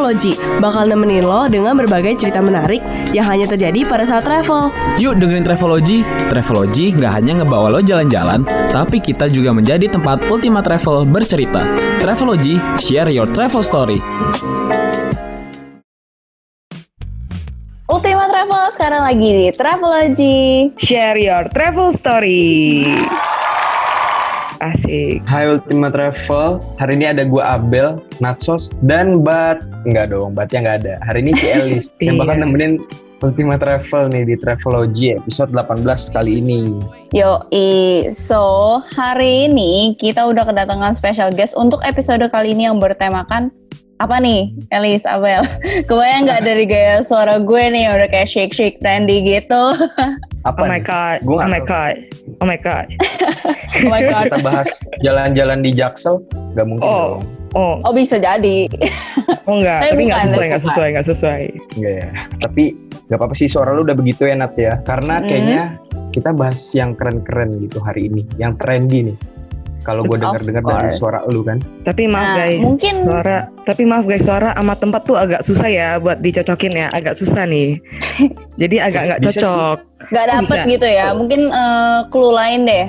Travelogy bakal nemenin lo dengan berbagai cerita menarik yang hanya terjadi pada saat travel. Yuk dengerin Travelogy. Travelogy nggak hanya ngebawa lo jalan-jalan, tapi kita juga menjadi tempat Ultima Travel bercerita. Travelogy, share your travel story. Ultima Travel sekarang lagi di Travelogy. Share your travel story. Asik. Hai Ultima Travel, hari ini ada gue Abel, Natsos, dan Batnya nggak ada. Hari ini Ci Elis yang bakal nemenin Ultima Travel nih di Travelogy episode 18 kali ini. So hari ini kita udah kedatangan special guest untuk episode kali ini yang bertemakan apa nih, Elis, Abel? Kebayang nggak dari gaya suara gue nih udah kayak shake trendy gitu? Apa Oh my god. Kita bahas jalan-jalan di Jaksel, nggak mungkin dong. Oh bisa jadi. Enggak, tapi nggak sesuai. Enggak ya. Tapi nggak apa-apa sih, suara lu udah begitu ya Nat ya. Karena kayaknya kita bahas yang keren-keren gitu hari ini, yang trendy nih. Kalau gue dengar dari suara lu kan. Tapi maaf guys, suara sama tempat tuh agak susah ya buat dicocokin ya, agak susah nih. Jadi agak nggak cocok. Nggak dapet gitu ya. Mungkin clue lain deh.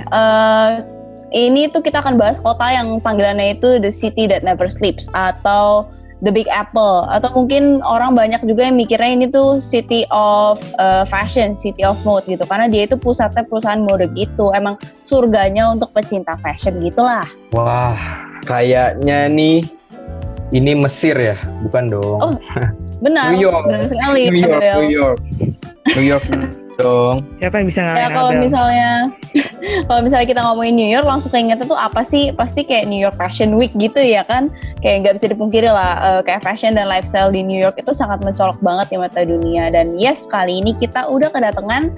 Ini tuh kita akan bahas kota yang panggilannya itu The City That Never Sleeps atau The Big Apple, atau mungkin orang banyak juga yang mikirnya ini tuh City of Fashion, City of Mode gitu, karena dia itu pusatnya perusahaan mode gitu, emang surganya untuk pecinta fashion gitulah. Wah, kayaknya nih ini Mesir ya, bukan dong? Oh, benar. Benar sekali. New York dong. Siapa yang bisa ngalahin ya kalau misalnya kita ngomongin New York langsung keingetnya tuh apa sih? Pasti kayak New York Fashion Week gitu ya kan? Kayak nggak bisa dipungkiri lah, kayak fashion dan lifestyle di New York itu sangat mencolok banget di mata dunia. Dan yes, kali ini kita udah kedatangan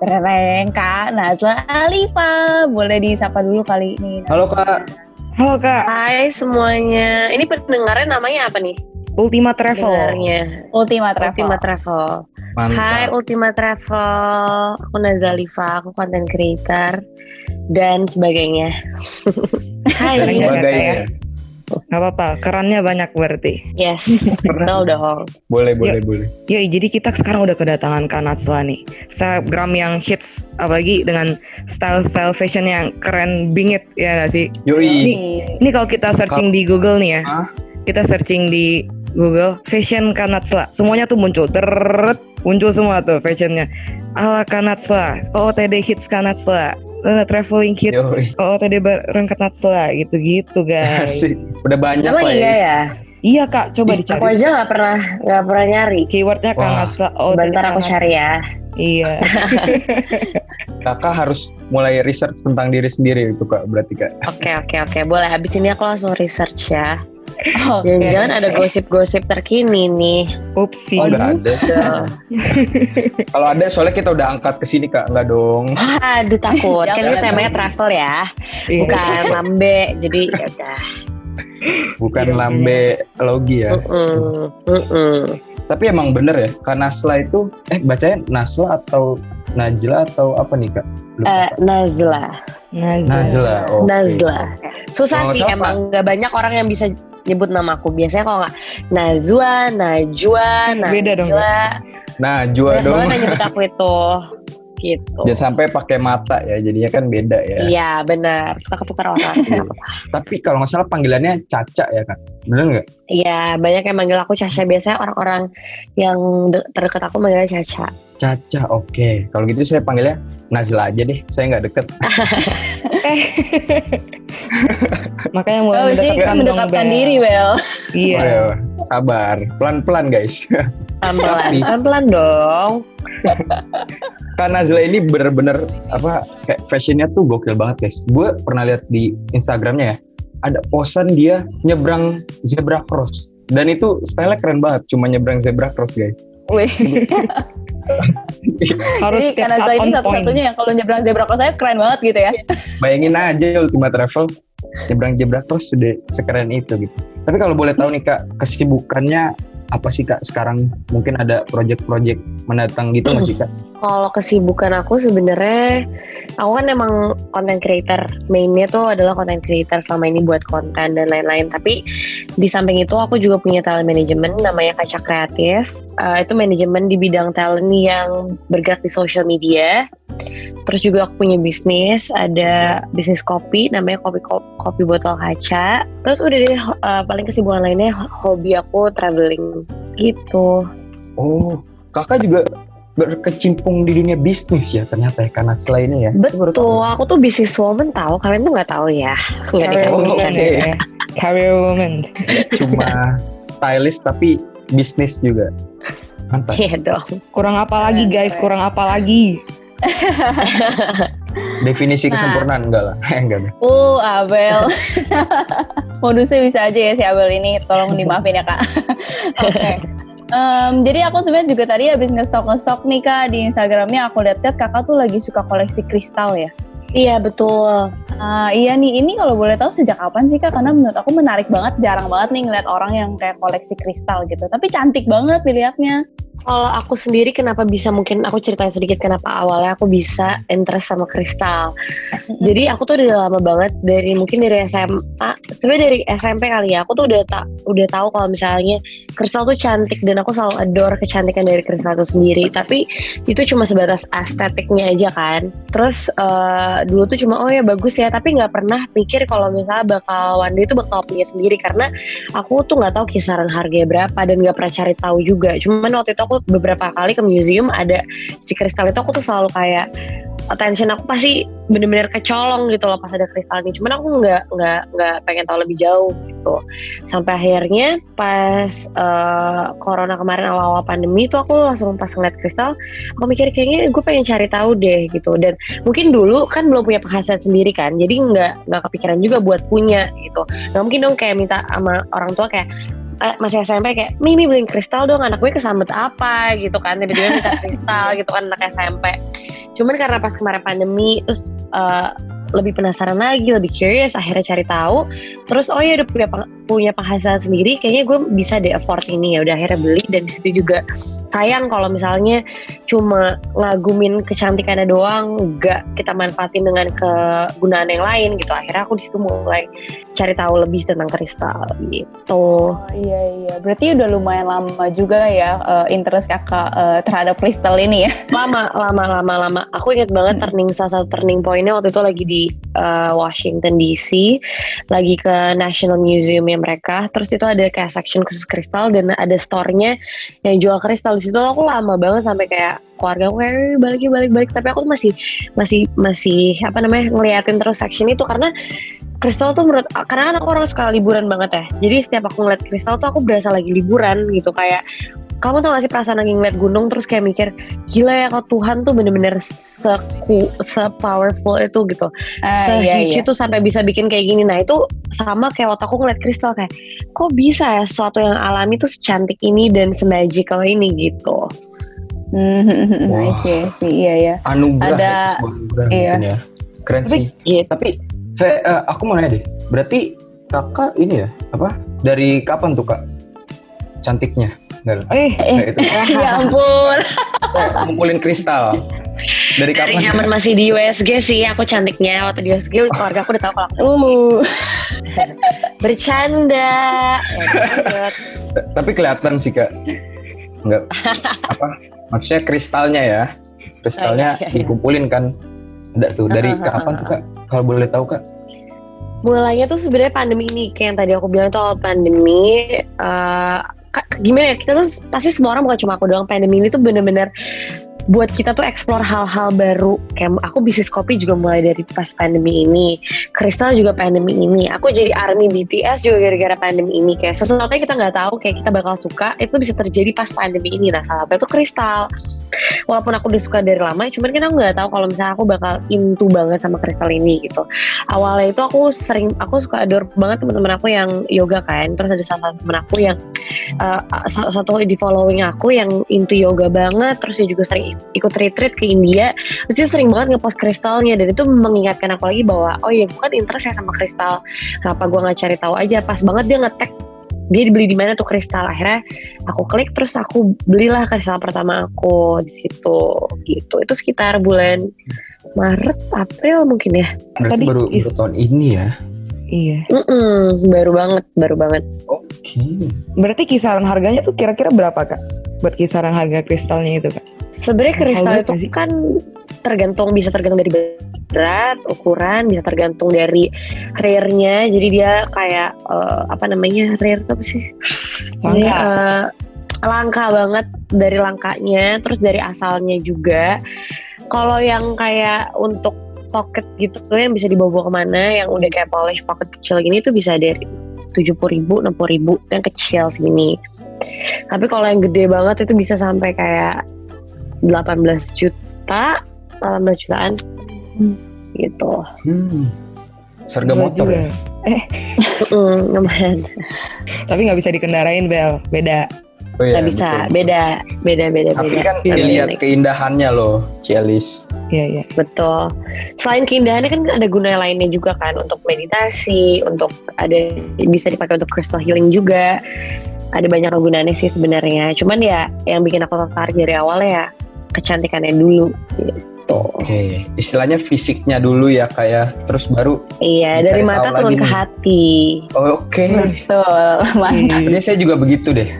Kak Nazla Alifa. Boleh disapa dulu kali ini. Halo Kak. Hai semuanya. Ini pendengarnya namanya apa nih? Ultima Travel. Ultima Travel. Mantap. Hai Ultima Travel. Aku Nazla Alifa, aku content creator dan sebagainya. Hai. Dan sebagainya. Gak apa-apa, kerannya banyak berarti. Yes, betul dong. Boleh. Yoi, jadi kita sekarang udah kedatangan Kak Nazla nih. Instagram yang hits, apalagi dengan style fashion yang keren bingit, ya gak sih? Yoi. Ini kalau kita searching di Google nih ya. Kita searching di Google fashion Kak Nazla, semuanya tuh muncul semua tuh fashionnya ala Kak Nazla, OOTD hits Kak Nazla, traveling hits OOTD bareng Kak Nazla, gitu guys. Asik. Udah banyak lah ya. Iya Kak, coba dicari. Aku aja nggak pernah nyari keywordnya Kak Nazla. Bentar aku cari ya. Iya. Kakak harus mulai research tentang diri sendiri itu Kak, berarti Kak. Oke. Boleh, habis ini aku langsung research ya. Okay. Jangan ada gosip-gosip terkini nih. Upsi. Nggak ada. Kalau ada soalnya kita udah angkat ke sini Kak, nggak dong. Aduh takut. Kan ini temanya travel ya, bukan lambe. Jadi ya udah. Bukan lambe logi ya. Tapi emang bener ya, Kak Nazla itu bacanya Nazla atau Najla atau apa nih Kak? Nazla. Okay. Nazla. Susah sih emang, nggak banyak orang yang bisa nyebut nama aku. Biasanya kalau nggak Najwa, beda dong. Najwa dong. Banyak nyebut aku itu. Gitu. Jangan sampai pakai mata ya, jadinya kan beda ya. Iya benar, suka ketukar orang. Tapi kalau nggak salah panggilannya Caca ya Kak, bener nggak? Iya, banyak yang manggil aku Caca. Biasanya orang-orang yang terdekat aku manggilnya Caca. Caca, oke. Kalau gitu saya panggilnya Nazla aja deh, saya nggak deket. Makanya mulai mendekatkan diri, Well. Iya. Sabar, pelan-pelan guys. Pelan-pelan dong. Kak Nazla ini bener-bener kayak fashionnya tuh gokil banget guys. Gue pernah lihat di Instagramnya ya, ada posan dia nyebrang zebra cross, dan itu style-nya keren banget, cuma nyebrang zebra cross guys. Wih. Harus jadi Kak Nazla ini satu-satunya yang kalau nyebrang zebra cross saya keren banget gitu ya. Bayangin aja Ultima Travel nyebrang zebra cross sudah sekeren itu gitu. Tapi kalau boleh tahu nih Kak, kesibukannya apa sih Kak sekarang? Mungkin ada project-project mendatang gitu nggak sih Kak? Kalau kesibukan aku sebenarnya, aku kan emang content creator. Mainnya tuh adalah content creator selama ini buat konten dan lain-lain. Tapi di samping itu aku juga punya talent management namanya Kaca Kreatif. Itu manajemen di bidang talent yang bergerak di social media. Terus juga aku punya bisnis, ada bisnis kopi namanya kopi botol kaca. Terus udah deh paling kesibukan lainnya hobi aku traveling gitu. Oh, Kakak juga berkecimpung di dunia bisnis ya ternyata ya, karena selainnya ya. Betul, aku tuh business woman tahu, kalian tuh nggak tahu ya. Career woman ya. Career woman. Cuma stylist tapi bisnis juga. Mantap. Iya dong. Kurang apa lagi guys? Kurang apa lagi? Definisi kesempurnaan enggak lah. Enggak. Abel. Modusnya bisa aja ya si Abel ini, tolong dimaafin ya Kak. Oke. Jadi aku sebenarnya juga tadi habis nge-stalk nih Kak di Instagramnya, aku lihat Kakak tuh lagi suka koleksi kristal ya. Iya betul. Iya nih, ini kalau boleh tahu sejak kapan sih Kak? Karena menurut aku menarik banget, jarang banget nih ngeliat orang yang kayak koleksi kristal gitu. Tapi cantik banget dilihatnya. Kalau aku sendiri kenapa bisa, mungkin aku ceritain sedikit kenapa awalnya aku bisa interest sama kristal. Jadi aku tuh udah lama banget dari SMA, sebenarnya dari SMP kali ya. Aku tuh udah tahu kalau misalnya kristal tuh cantik dan aku selalu adore kecantikan dari kristal itu sendiri. Tapi itu cuma sebatas estetiknya aja kan. Terus dulu tuh cuma oh ya bagus ya, tapi nggak pernah pikir kalau misalnya bakal one day itu bakal punya sendiri, karena aku tuh nggak tahu kisaran harganya berapa dan nggak pernah cari tahu juga. Cuman waktu itu aku beberapa kali ke museum ada si kristal itu, aku tuh selalu kayak attention aku pasti bener-bener kecolong gitu loh pas ada kristal ini. Cuman aku nggak pengen tahu lebih jauh gitu. Sampai akhirnya pas corona kemarin awal-awal pandemi itu aku langsung pas ngeliat kristal, aku mikir kayaknya gue pengen cari tahu deh gitu. Dan mungkin dulu kan belum punya penghasilan sendiri kan, jadi nggak kepikiran juga buat punya gitu. Nggak mungkin dong kayak minta sama orang tua kayak masih SMP kayak Mimi beliin kristal dong, anak gue kesambet apa gitu kan, tiba-tiba minta kristal gitu kan anak SMP. Cuman karena pas kemarin pandemi terus lebih penasaran lagi, lebih curious, akhirnya cari tahu. Terus oh ya udah punya penghasilan sendiri, kayaknya gue bisa deh afford ini, ya udah akhirnya beli. Dan di situ juga sayang kalau misalnya cuma ngagumin kecantikannya doang, nggak kita manfaatin dengan kegunaan yang lain gitu. Akhirnya aku di situ mulai cari tahu lebih tentang kristal gitu. Iya, berarti udah lumayan lama juga ya interest Kakak terhadap kristal ini ya. Lama. Aku ingat banget salah satu turning point-nya waktu itu lagi di Washington DC, lagi ke National Museum-nya mereka. Terus itu ada kayak section khusus kristal dan ada store-nya yang jual kristal. Di situ aku lama banget sampai kayak keluarga aku kayak balik. Tapi aku tuh masih ngeliatin terus section itu, karena kristal tuh karena kan aku orang suka liburan banget ya. Jadi setiap aku ngeliat kristal tuh aku berasa lagi liburan gitu. Kayak kamu tau gak sih perasaan lagi ngeliat gunung terus kayak mikir, gila ya kok Tuhan tuh bener-bener se-powerful itu gitu. Se-huge itu sampai bisa bikin kayak gini. Nah itu sama kayak waktu aku ngeliat kristal, kayak kok bisa ya sesuatu yang alami tuh secantik ini dan se-magical ini gitu. Nice ya sih, iya ya. Anugerah ada iya. Ya. Keren sih. Gitu. Tapi aku mau nanya deh, berarti kakak ini ya dari kapan tuh kak cantiknya? Itu. Ya ampun. Ngumpulin kristal. Dari kapan? Dari zaman masih di USG sih aku cantiknya. Waktu di USG keluarga aku udah tahu kalau aku bercanda. Ya, tapi kelihatan sih kak. Enggak maksudnya kristalnya ya. Kristalnya dikumpulin kan. Ada tuh. Dari kapan tuh kak? Kalau boleh tahu kak? Mulainya tuh sebenarnya pandemi ini, kayak yang tadi aku bilang tuh awal pandemi. Gimana ya, kita tuh pasti semua orang, bukan cuma aku doang, pandemi ini tuh bener-bener buat kita tuh explore hal-hal baru. Kayak aku bisnis kopi juga mulai dari pas pandemi ini, kristal juga pandemi ini, aku jadi ARMY BTS juga gara-gara pandemi ini. Kayak sesuatu yang kita nggak tahu kayak kita bakal suka, itu bisa terjadi pas pandemi ini. Nah salah satu kristal. Walaupun aku udah suka dari lama, cuman kan aku nggak tahu kalau misalnya aku bakal into banget sama kristal ini gitu. Awalnya itu aku suka adore banget teman-teman aku yang yoga kan. Terus ada salah satu teman aku yang satu di following aku yang into yoga banget. Terus dia juga sering ikut retreat ke India. Terus dia sering banget ngepost kristalnya, dan itu mengingatkan aku lagi bahwa oh iya gue kan interest ya sama kristal. Kenapa gue nggak cari tahu aja? Pas banget dia nge-tag dia dibeli di mana tuh kristal. Akhirnya aku klik terus aku belilah kristal pertama aku di situ gitu. Itu sekitar bulan Maret April mungkin ya. Berarti baru tahun ini ya. Iya. Baru banget. Oke. Berarti kisaran harganya tuh kira-kira berapa Kak? Buat kisaran harga kristalnya itu Kak? Sebenarnya kristal Mahal itu banget kan bisa tergantung dari berat, ukuran, bisa tergantung dari rare-nya. Jadi dia kayak rare itu apa sih? Langka. Langka banget dari langkanya, terus dari asalnya juga. Kalau yang kayak untuk pocket gitu yang bisa dibawa kemana, yang udah kayak polish pocket kecil gini tuh bisa dari 70.000, 60.000 yang kecil segini. Tapi kalau yang gede banget itu bisa sampai kayak 18 jutaan gitu. Harga motor ya? Lumayan. Tapi nggak bisa dikendarain Bel, beda. Oh, iya, Nggak bisa, betul. beda. Tapi kan dilihat keindahannya loh, Cielis. Iya. Betul. Selain keindahannya kan ada guna lainnya juga kan, untuk meditasi, untuk ada bisa dipakai untuk crystal healing juga. Ada banyak kegunaannya sih sebenarnya. Cuman ya yang bikin aku tertarik dari awal ya kecantikannya dulu gitu. Oke, istilahnya fisiknya dulu ya kayak, terus baru dari mata turun ke hati. Oke. Betul, mantap. Jadi saya juga begitu deh.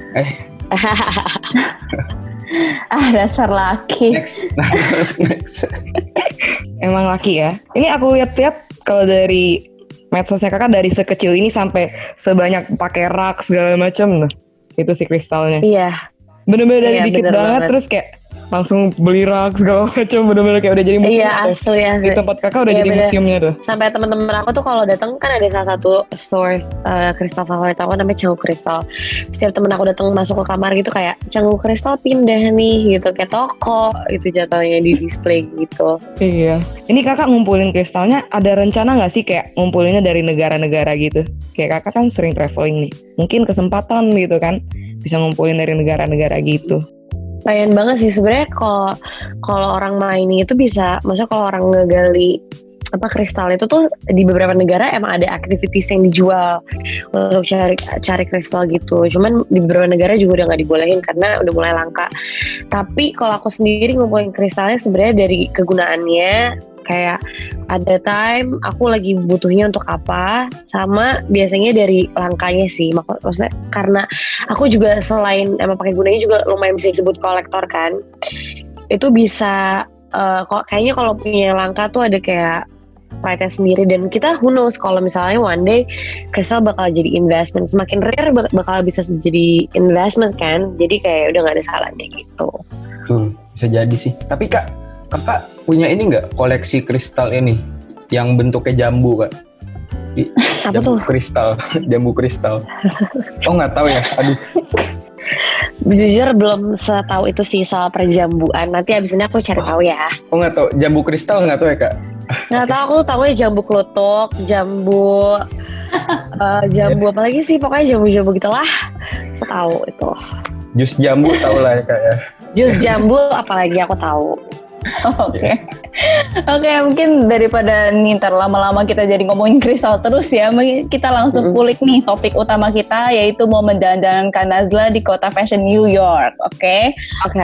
Dasar laki. Next. Emang laki ya. Ini aku lihat-lihat kalau dari medsosnya Kakak dari sekecil ini sampai sebanyak pakai rak segala macam. Nah, itu si kristalnya. Iya. Bener-bener dari dikit bener banget terus kayak langsung beli rak segala macam, bener-bener kayak udah jadi museum. Iya, asli. Di tempat Kakak udah jadi bener. museumnya tuh. Sampai teman-teman aku tuh kalau datang kan ada salah satu store kristal favorit aku namanya Canggu Kristal. Setiap temen aku datang masuk ke kamar gitu kayak Canggu Kristal pindah nih gitu, kayak toko gitu jatuhnya di display gitu. Iya. Ini Kakak ngumpulin kristalnya ada rencana nggak sih kayak ngumpulinnya dari negara-negara gitu? Kayak Kakak kan sering traveling nih. Mungkin kesempatan gitu kan bisa ngumpulin dari negara-negara gitu. Lumayan banget sih sebenarnya kalau orang mining itu bisa, maksudnya kalau orang ngegali kristal itu tuh di beberapa negara emang ada activities yang dijual untuk cari kristal gitu. Cuman di beberapa negara juga udah nggak dibolehin karena udah mulai langka. Tapi kalau aku sendiri ngumpulin kristalnya sebenarnya dari kegunaannya, kayak ada time aku lagi butuhnya untuk apa, sama biasanya dari langkanya sih. Maksudnya karena aku juga selain emang pakai gunanya juga lumayan bisa disebut kolektor kan. Itu bisa kayaknya kalau punya langka tuh ada kayak pride sendiri, dan kita who knows kalau misalnya one day kristal bakal jadi investment, semakin rare bakal bisa jadi investment kan, jadi kayak udah nggak ada salahnya gitu. Bisa jadi sih. Tapi kakak punya ini nggak koleksi kristal ini yang bentuknya jambu Kak? Apa tuh? Jambu kristal. Oh nggak tahu ya? Aduh. Jujur belum setahu itu sih soal perjambuan. Nanti abis ini aku cari tahu ya. Oh nggak tahu, jambu kristal nggak tahu ya Kak? Nggak tahu, aku tahunya jambu kluthuk, jambu apa lagi sih, pokoknya jambu gitulah. Aku tahu itu. Jus jambu tahu lah ya Kak ya. Jus jambu apalagi aku tahu. Oke, mungkin daripada nih lama-lama kita jadi ngomongin kristal terus ya, kita langsung kulik nih topik utama kita, yaitu momen jalan-jalan Kak Nazla di kota fashion New York. Oke.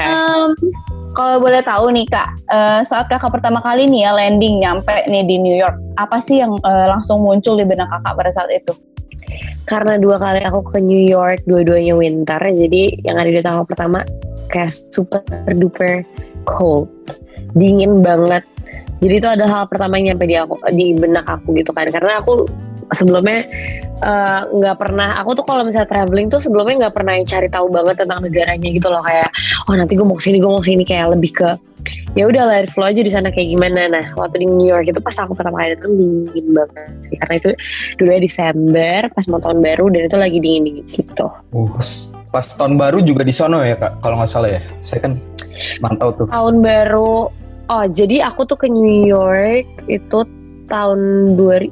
Kalau boleh tahu nih Kak, saat Kakak pertama kali nih ya landing nyampe nih di New York, apa sih yang langsung muncul di benak Kakak pada saat itu? Karena 2 kali aku ke New York, dua-duanya winter, jadi yang ada di tanggal pertama kayak super duper cold, dingin banget. Jadi itu ada hal pertama yang nyampe di benak aku gitu kan, karena aku sebelumnya nggak pernah, aku tuh kalau misalnya traveling tuh sebelumnya nggak pernah cari tahu banget tentang negaranya gitu loh, kayak nanti gue mau kesini, kayak lebih ke ya udah let it flow aja di sana kayak gimana. Nah waktu di New York itu pas aku pertama kali datang dingin banget sih, karena itu dulunya Desember pas mau tahun baru, dan itu lagi dingin gitu. Pas tahun baru juga di sono ya Kak, kalau nggak salah ya. Saya kan mantau tuh. Tahun baru, jadi aku tuh ke New York itu tahun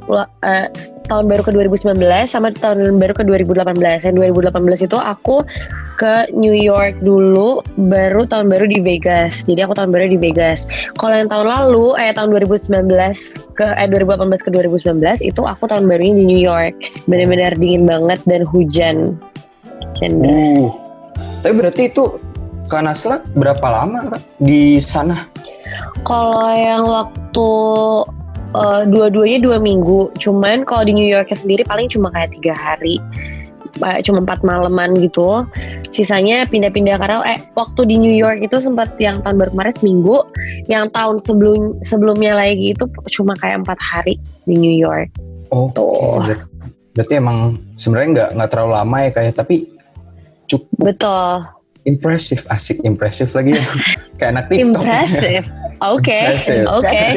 baru ke 2019 sama tahun baru ke 2018. Yang 2018 itu aku ke New York dulu, baru tahun baru di Vegas. Jadi aku tahun baru di Vegas. Kalau yang tahun lalu, tahun 2018 ke 2018 ke 2019 itu aku tahun barunya di New York. Benar-benar dingin banget dan hujan. gender. Tapi berarti itu Kanasla berapa lama Kak di sana? Kalau yang waktu dua-duanya 2 minggu, cuman kalau di New Yorknya sendiri paling cuma kayak 3 hari, cuma 4 malaman gitu. Sisanya pindah-pindah karena waktu di New York itu sempat yang tahun baru kemarin seminggu, yang tahun sebelumnya lagi itu cuma kayak 4 hari di New York. Oke. Berarti emang sebenarnya nggak terlalu lama ya kayak, tapi cukup Betul. impresif, asik impresif lagi ya. Kayak anak TikTok. Impressive. Oke. Impressive.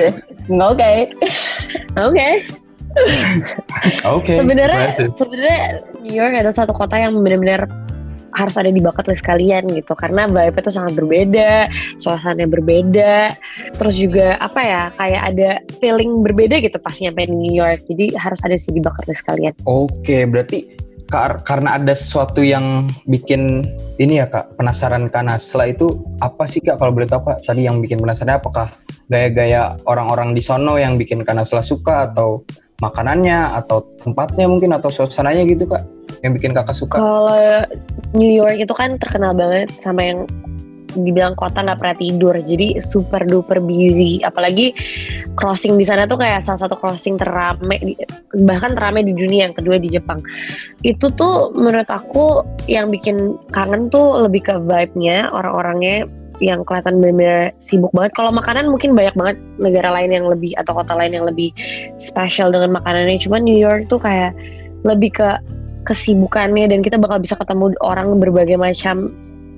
Oke. Sebenarnya impressive. New York adalah satu kota yang benar-benar harus ada di bucket list kalian gitu, karena vibe-nya tuh sangat berbeda, suasananya berbeda, terus juga apa ya, kayak ada feeling berbeda gitu pas nyampe di New York. Jadi harus ada sih di bucket list kalian. Oke, berarti karena ada sesuatu yang bikin ini ya Kak, penasaran Kanasla itu apa sih Kak, kalau boleh tahu Kak? Tadi yang bikin penasaran apakah gaya-gaya orang-orang di sono yang bikin Kanasla suka, atau makanannya, atau tempatnya mungkin, atau suasananya gitu Kak, yang bikin Kakak suka? Kalau New York itu kan terkenal banget sama yang dibilang kota nggak pernah tidur, jadi super duper busy. Apalagi crossing di sana tuh kayak salah satu crossing terame, bahkan terame di dunia, yang kedua di Jepang. Itu tuh menurut aku yang bikin kangen tuh lebih ke vibe-nya, orang-orangnya yang kelihatan benar-benar sibuk banget. Kalau makanan mungkin banyak banget negara lain yang lebih, atau kota lain yang lebih spesial dengan makanannya. Cuman New York tuh kayak lebih ke kesibukannya, dan kita bakal bisa ketemu orang berbagai macam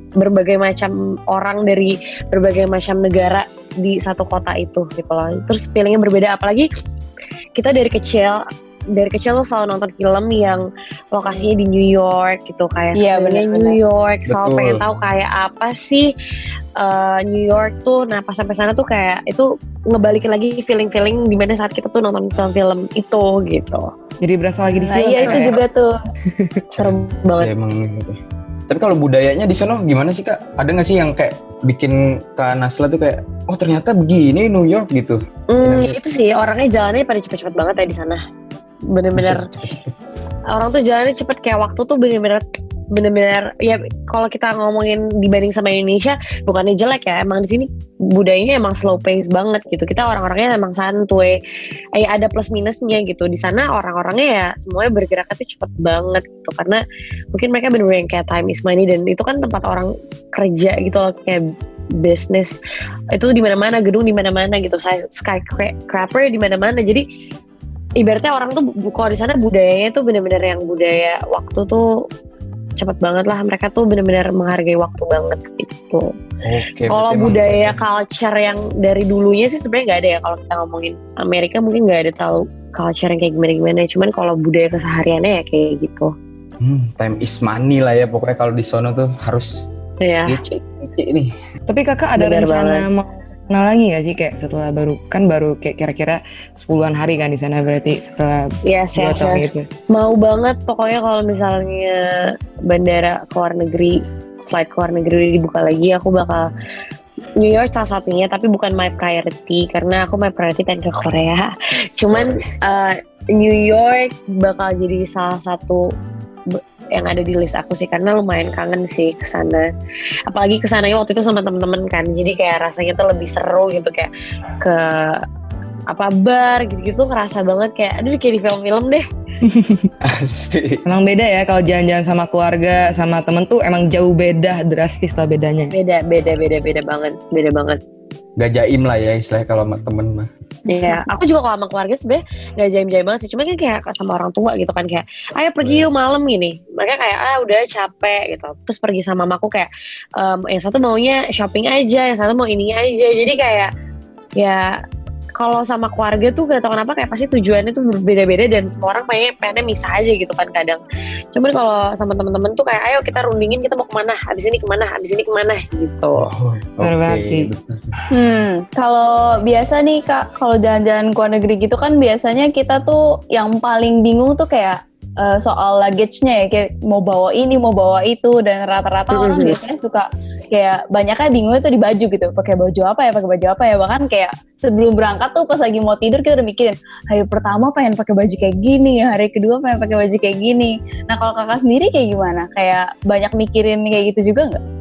orang dari berbagai macam negara di satu kota itu gitu loh. Terus feelingnya berbeda, apalagi kita dari kecil tuh selalu nonton film yang lokasinya di New York gitu, kayak sebenarnya New York, selalu pengen tahu kayak apa sih New York tuh. Nah pas sampai sana tuh kayak itu ngebalikin lagi feeling dimana saat kita tuh nonton film itu gitu. Jadi berasa lagi di film. Iya itu juga tuh serem banget. Emang gitu. Tapi kalau budayanya di sana gimana sih Kak? Ada nggak sih yang kayak bikin Kanasla tuh kayak, oh ternyata begini New York gitu? Itu sih, orangnya jalannya pada cepet-cepet banget ya di sana. Bener-bener orang tuh jalannya cepet, kayak waktu tuh bener-bener ya. Kalau kita ngomongin dibanding sama Indonesia, bukannya jelek ya, emang di sini budayanya emang slow pace banget gitu. Kita orang-orangnya emang santuy, ada plus minusnya gitu. Di sana orang-orangnya ya semuanya bergeraknya tuh cepet banget gitu, karena mungkin mereka bener-bener yang kayak time is money, dan itu kan tempat orang kerja gitu loh, kayak business itu di mana-mana, gedung di mana-mana gitu, skyscraper di mana-mana. Jadi ibaratnya orang tuh kalau di sana budayanya tuh bener-bener yang budaya waktu tuh cepet banget lah. Mereka tuh benar-benar menghargai waktu banget gitu. Oke. Kalau budaya culture yang dari dulunya sih sebenarnya nggak ada ya. Kalau kita ngomongin Amerika mungkin nggak ada terlalu culture yang kayak gimana-gimana. Cuman kalau budaya kesehariannya ya kayak gitu. Time is money lah ya. Pokoknya kalau di sono tuh harus ngecek nih. Tapi Kakak ada rencana mau kenal lagi gak sih, kayak setelah baru kayak kira-kira 10-an hari kan di sana, berarti setelah 2 tahun itu? Mau banget pokoknya kalau misalnya bandara keluar negeri, flight keluar negeri dibuka lagi, aku bakal New York salah satunya, tapi bukan my priority karena aku my priority pengen ke Korea. Cuman New York bakal jadi salah satu yang ada di list aku sih, karena lumayan kangen sih kesana. Apalagi kesananya waktu itu sama temen-temen kan, jadi kayak rasanya tuh lebih seru gitu, kayak ke bar gitu-gitu, ngerasa banget kayak aduh kayak di film-film deh. Asik. Emang beda ya kalau jalan-jalan sama keluarga sama temen tuh, emang jauh beda, drastis lah bedanya. Beda banget. Gak jaim lah ya istilahnya kalau sama temen mah. Iya, aku juga kalau sama keluarga sebenarnya gak jaim-jaim banget sih. Cuma kan kayak sama orang tua gitu kan, kayak ayo pergi yuk malam gini. Mereka kayak udah capek gitu. Terus pergi sama mamaku kayak yang satu maunya shopping aja, yang satu mau ini aja. Jadi kayak ya kalau sama keluarga tuh gak tau kenapa kayak pasti tujuannya tuh berbeda-beda, dan semua orang pengennya misah aja gitu kan kadang. Cuman kalau sama temen-temen tuh kayak ayo kita rundingin kita mau kemana, habis ini kemana gitu. Bener banget sih. Kalau biasa nih Kak, kalau jalan-jalan ke luar negeri gitu kan biasanya kita tuh yang paling bingung tuh kayak soal luggage-nya ya, kayak mau bawa ini mau bawa itu, dan rata-rata orang biasanya suka kayak banyaknya bingungnya tuh di baju gitu, pakai baju apa ya, bahkan kayak sebelum berangkat tuh pas lagi mau tidur kita udah mikirin hari pertama pengen pakai baju kayak gini, hari kedua pengen pakai baju kayak gini. Nah kalau kakak sendiri kayak gimana? Kayak banyak mikirin kayak gitu juga nggak?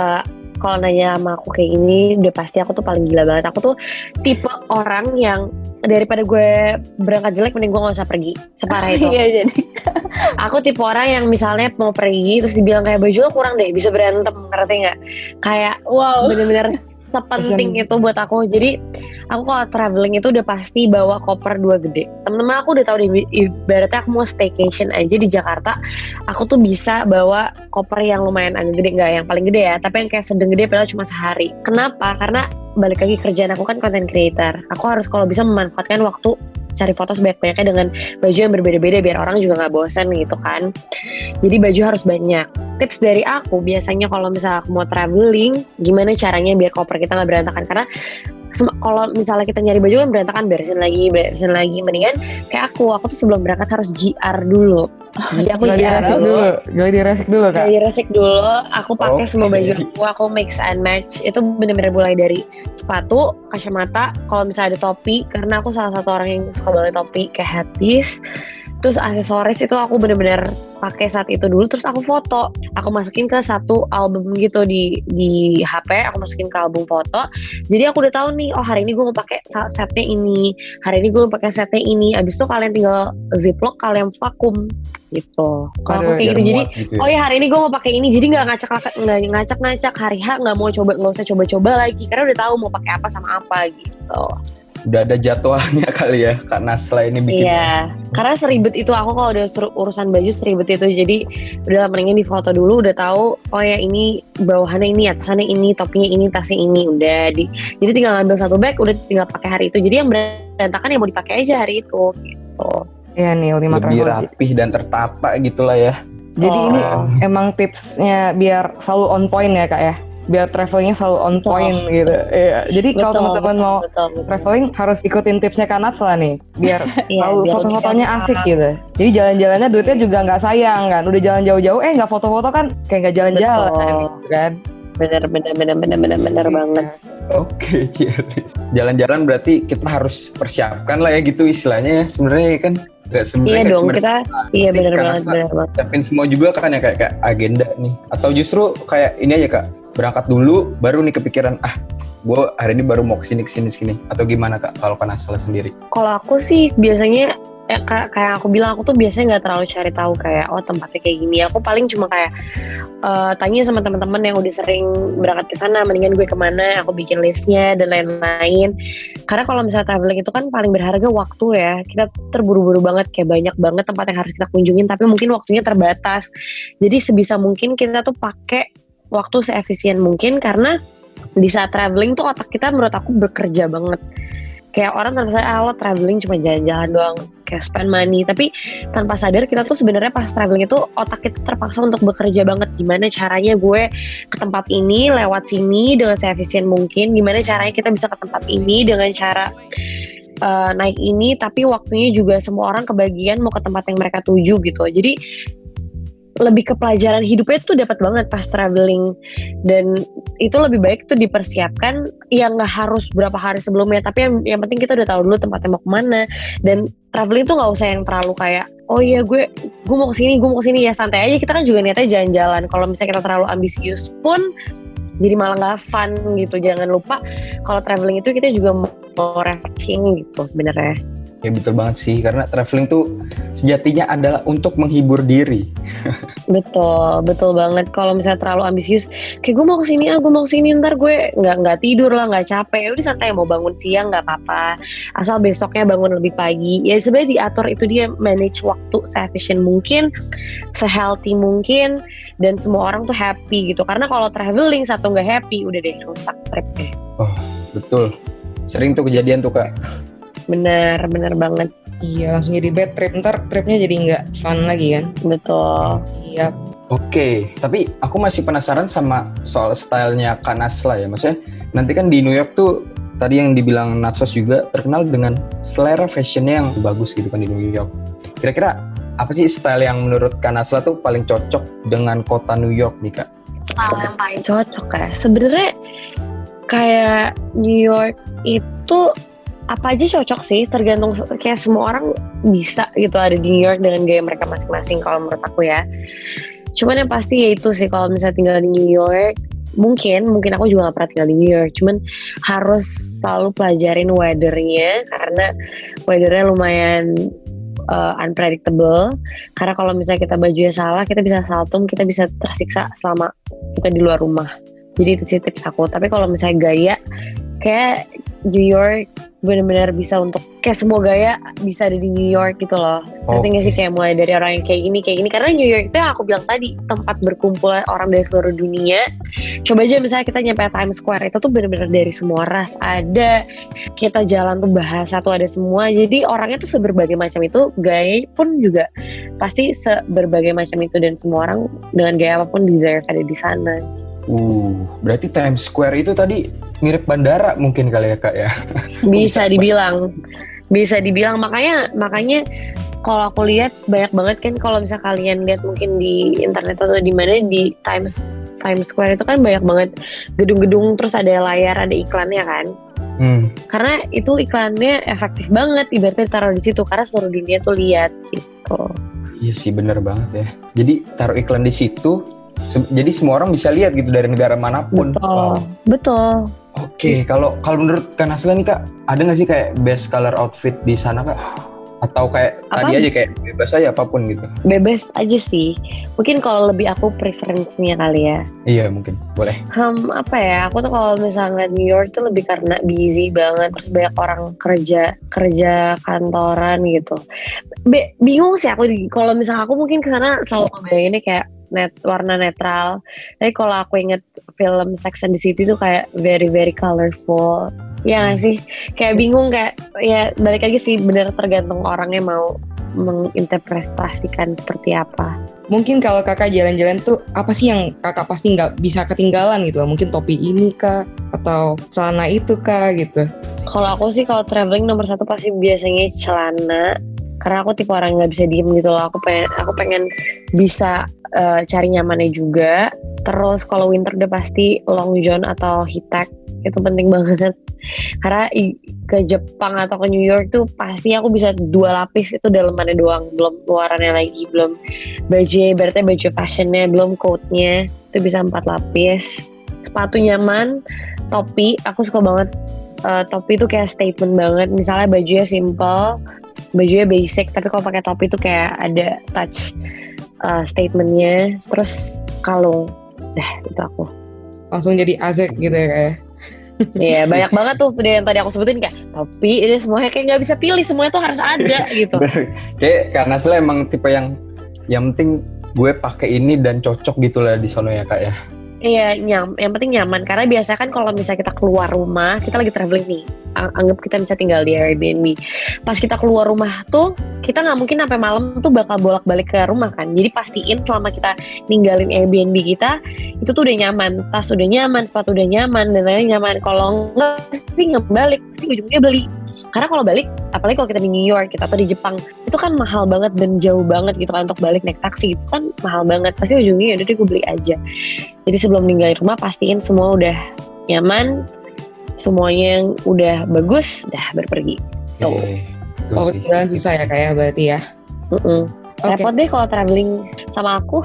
Kalau nanya sama aku kayak gini, udah pasti aku tuh paling gila banget. Aku tuh tipe orang yang daripada gue berangkat jelek, mending gue gak usah pergi. Separah itu. Iya jadi. Aku tipe orang yang misalnya mau pergi, terus dibilang kayak baju lo kurang deh, bisa berantem, ngerti gak? Kayak Wow. bener-bener sepenting itu buat aku. Jadi aku kalau traveling itu udah pasti bawa koper 2 gede. Temen-temen aku udah tahu deh, ibaratnya aku mau staycation aja di Jakarta, aku tuh bisa bawa koper yang lumayan agak gede, nggak yang paling gede ya, tapi yang kayak sedang gede padahal cuma sehari. Kenapa? Karena balik lagi kerjaan aku kan content creator. Aku harus kalau bisa memanfaatkan waktu cari foto sebanyak-banyaknya dengan baju yang berbeda-beda biar orang juga nggak bosan gitu kan. Jadi baju harus banyak. Tips dari aku biasanya kalau misalnya aku mau traveling, gimana caranya biar koper kita nggak berantakan, karena kalau misalnya kita nyari baju kan berantakan, beresin lagi, mendingan kayak aku tuh sebelum berangkat harus GR dulu. Jadi aku GR dulu. Gak diresik dulu kak. Gak diresik dulu, aku pakai semua baju aku mix and match. Itu bener-bener mulai dari sepatu, kacamata, kalau misalnya ada topi, karena aku salah satu orang yang suka banget topi, kayak headpiece. Terus aksesoris itu aku bener-bener pakai saat itu dulu, terus aku foto, aku masukin ke satu album gitu di HP, aku masukin ke album foto. Jadi aku udah tahu nih, oh hari ini gue mau pakai setnya ini, hari ini gue mau pakai setnya ini. Abis itu kalian tinggal ziplock, kalian vakum gitu. Kalau aku kayak gitu, jadi gitu ya? Oh ya hari ini gue mau pakai ini, jadi nggak ngacak hari H nggak usah coba-coba lagi, karena udah tahu mau pakai apa sama apa gitu. Udah ada jadwalnya kali ya, karena selain ini bikin. Iya, karena seribet itu aku kalau udah urusan baju seribet itu, jadi udah mendingan di foto dulu, udah tahu oh ya ini bawahannya ini, atasannya ini, topinya ini, tasnya ini, udah jadi tinggal ngambil satu bag, udah tinggal pakai hari itu. Jadi yang berantakan yang mau dipakai aja hari itu gitu. Iya nih, Ultima lebih Travelogy. rapih dan tertata gitulah ya. Jadi ini emang tipsnya biar selalu on point ya kak ya, biar travelingnya selalu on point gitu. Iya. Jadi kalau teman-teman mau traveling harus ikutin tipsnya Kak Natsla nih, biar selalu foto-fotonya asik gitu. Jadi jalan-jalannya duitnya juga nggak sayang kan. Udah jalan jauh-jauh, nggak foto-foto kan kayak nggak jalan-jalan gitu kan. Bener banget. Oke, cheers. Jalan-jalan berarti kita harus persiapkan lah ya gitu istilahnya ya. Sebenarnya kan nggak sebenarnya. Iya dong, kita iya bener banget. Siapin semua juga kan ya kayak agenda nih. Atau justru kayak ini aja Kak, berangkat dulu baru nih kepikiran gue hari ini baru mau kesini. Atau gimana Kak kalau Kak Natsla sendiri? Kalau aku sih biasanya kayak aku bilang, aku tuh biasanya nggak terlalu cari tahu kayak oh tempatnya kayak gini. Aku paling cuma kayak tanya sama teman-teman yang udah sering berangkat ke sana, mendingan gue kemana, aku bikin listnya dan lain-lain. Karena kalau misalnya traveling itu kan paling berharga waktu ya, kita terburu-buru banget, kayak banyak banget tempat yang harus kita kunjungin, tapi mungkin waktunya terbatas. Jadi sebisa mungkin kita tuh pakai waktu seefisien mungkin, karena di saat traveling tuh otak kita menurut aku bekerja banget. Kayak orang tanpa sadar, lo traveling cuma jalan-jalan doang, kayak spend money. Tapi tanpa sadar kita tuh sebenarnya pas traveling itu otak kita terpaksa untuk bekerja banget. Gimana caranya gue ke tempat ini lewat sini dengan seefisien mungkin. Gimana caranya kita bisa ke tempat ini dengan cara naik ini, tapi waktunya juga semua orang kebagian mau ke tempat yang mereka tuju gitu. Jadi lebih ke pelajaran hidupnya tuh dapat banget pas traveling, dan itu lebih baik tuh dipersiapkan ya, nggak harus berapa hari sebelumnya, tapi yang penting kita udah tahu dulu tempatnya mau kemana. Dan traveling tuh nggak usah yang terlalu kayak oh iya gue mau kesini ya, santai aja. Kita kan juga niatnya jalan-jalan. Kalau misalnya kita terlalu ambisius pun jadi malah nggak fun gitu. Jangan lupa kalau traveling itu kita juga mau refreshing gitu sebenarnya. Ya betul banget sih, karena traveling tuh sejatinya adalah untuk menghibur diri. Betul banget. Kalau misalnya terlalu ambisius, kayak gue mau kesini, ntar gue nggak tidur lah, nggak capek. Udah santai, mau bangun siang nggak apa-apa, asal besoknya bangun lebih pagi. Ya sebenarnya diatur, itu dia manage waktu se-efficient mungkin, se-healthy mungkin, dan semua orang tuh happy gitu. Karena kalau traveling satu nggak happy, udah deh rusak tripnya. Oh betul, sering tuh kejadian tuh Kak. Bener banget. Iya, langsung jadi bad trip, ntar tripnya jadi nggak fun lagi kan. Betul. Iya. Oke, tapi aku masih penasaran sama soal stylenya Kak Natsla ya. Maksudnya nanti kan di New York tuh tadi yang dibilang Natsos juga terkenal dengan selera fashionnya yang bagus gitu kan di New York. Kira-kira apa sih style yang menurut Kak Natsla tuh paling cocok dengan kota New York nih Kak? style yang paling cocok ya. Sebenarnya kayak New York itu apa aja cocok sih, tergantung kayak semua orang bisa gitu ada di New York dengan gaya mereka masing-masing kalau menurut aku ya. Cuman yang pasti ya itu sih, kalau misalnya tinggal di New York, mungkin aku juga gak pernah tinggal di New York, cuman harus selalu pelajarin weathernya, karena weathernya lumayan unpredictable. Karena kalau misalnya kita bajunya salah, kita bisa saltum, kita bisa tersiksa selama kita di luar rumah. Jadi itu sih tips aku. Tapi kalau misalnya gaya, kayak New York benar-benar bisa untuk kayak semua gaya bisa ada di New York gitu loh. Ngerti gak sih, kayak mulai dari orang yang kayak gini. Karena New York itu yang aku bilang tadi, tempat berkumpul orang dari seluruh dunia. Coba aja misalnya kita nyampe Times Square, itu tuh benar-benar dari semua ras ada. Kita jalan tuh bahasa tuh ada semua. Jadi orangnya tuh seberbagai macam itu, gaya pun juga pasti seberbagai macam itu, dan semua orang dengan gaya apapun deserve ada di sana. Berarti Times Square itu tadi mirip bandara mungkin kali ya Kak ya? Bisa dibilang. Makanya kalau aku lihat banyak banget kan, kalau misalnya kalian lihat mungkin di internet atau di mana, di Times Square itu kan banyak banget gedung-gedung, terus ada layar, ada iklannya kan. Karena itu iklannya efektif banget, ibaratnya taruh di situ karena seluruh dunia tuh lihat gitu. Iya sih, bener banget ya. Jadi taruh iklan di situ, jadi semua orang bisa lihat gitu dari negara manapun. Betul. Oke, kalau menurut Kak Nasla nih Kak, ada nggak sih kayak best color outfit di sana Kak? Atau kayak tadi aja kayak bebas aja apapun gitu? Bebas aja sih. Mungkin kalau lebih aku preferensinya kali ya. Iya mungkin, boleh. Apa ya? Aku tuh kalau misalnya New York tuh lebih karena busy banget, terus banyak orang kerja kantoran gitu. Bingung sih aku kalau misalnya aku mungkin kesana selalu ngebayanginnya kayak warna netral. Tapi kalau aku inget film Sex and the City tuh kayak very very colorful. Ya gak sih? Kayak bingung, kayak ya balik lagi sih, bener tergantung orangnya mau menginterpretasikan seperti apa. Mungkin kalau kakak jalan-jalan tuh apa sih yang kakak pasti nggak bisa ketinggalan gitu? Mungkin topi ini kah? Atau celana itu kah gitu? Kalau aku sih kalau traveling nomor satu pasti biasanya celana. Karena aku tipe orang nggak bisa diem gitu loh. Aku pengen bisa cari nyamannya juga. Terus kalau winter udah pasti long john atau hitek, itu penting banget. Karena ke Jepang atau ke New York tuh pasti aku bisa 2 lapis, itu dalemannya doang, belum luarannya lagi, belum baju, berarti baju fashionnya, belum coatnya, itu bisa 4 lapis. Sepatu nyaman, topi, aku suka banget. Topi tuh kayak statement banget. Misalnya bajunya simple, bajunya basic, tapi kalau pakai topi tuh kayak ada touch statementnya. Terus kalung, itu aku. Langsung jadi azek gitu ya kayak. Iya, banyak banget tuh yang tadi aku sebutin, kayak topi, ini semuanya kayak nggak bisa pilih, semuanya tuh harus ada gitu. Kayak karena saya emang tipe yang penting gue pakai ini dan cocok gitulah di sono ya Kak ya. Iya, yang penting nyaman. Karena biasanya kan kalau misalnya kita keluar rumah, kita lagi traveling nih, anggap kita bisa tinggal di Airbnb. Pas kita keluar rumah tuh, kita nggak mungkin sampai malam tuh bakal bolak-balik ke rumah kan. Jadi pastiin selama kita ninggalin Airbnb kita, itu tuh udah nyaman. Tas udah nyaman, sepatu udah nyaman, dan lain-lain nyaman. Kalau nggak, pasti nggak balik, pasti ujungnya beli. Karena kalau balik, apalagi kalau kita di New York gitu, atau di Jepang, itu kan mahal banget dan jauh banget gitu kan, untuk balik naik taksi gitu kan mahal banget. Pasti ujungnya yaudah deh gue beli aja. Jadi sebelum ninggalin rumah, pastiin semua udah nyaman, semuanya yang udah bagus, dah berpergi. Kalau jalan susah ya kayak berarti ya. Repot deh kalau traveling sama aku.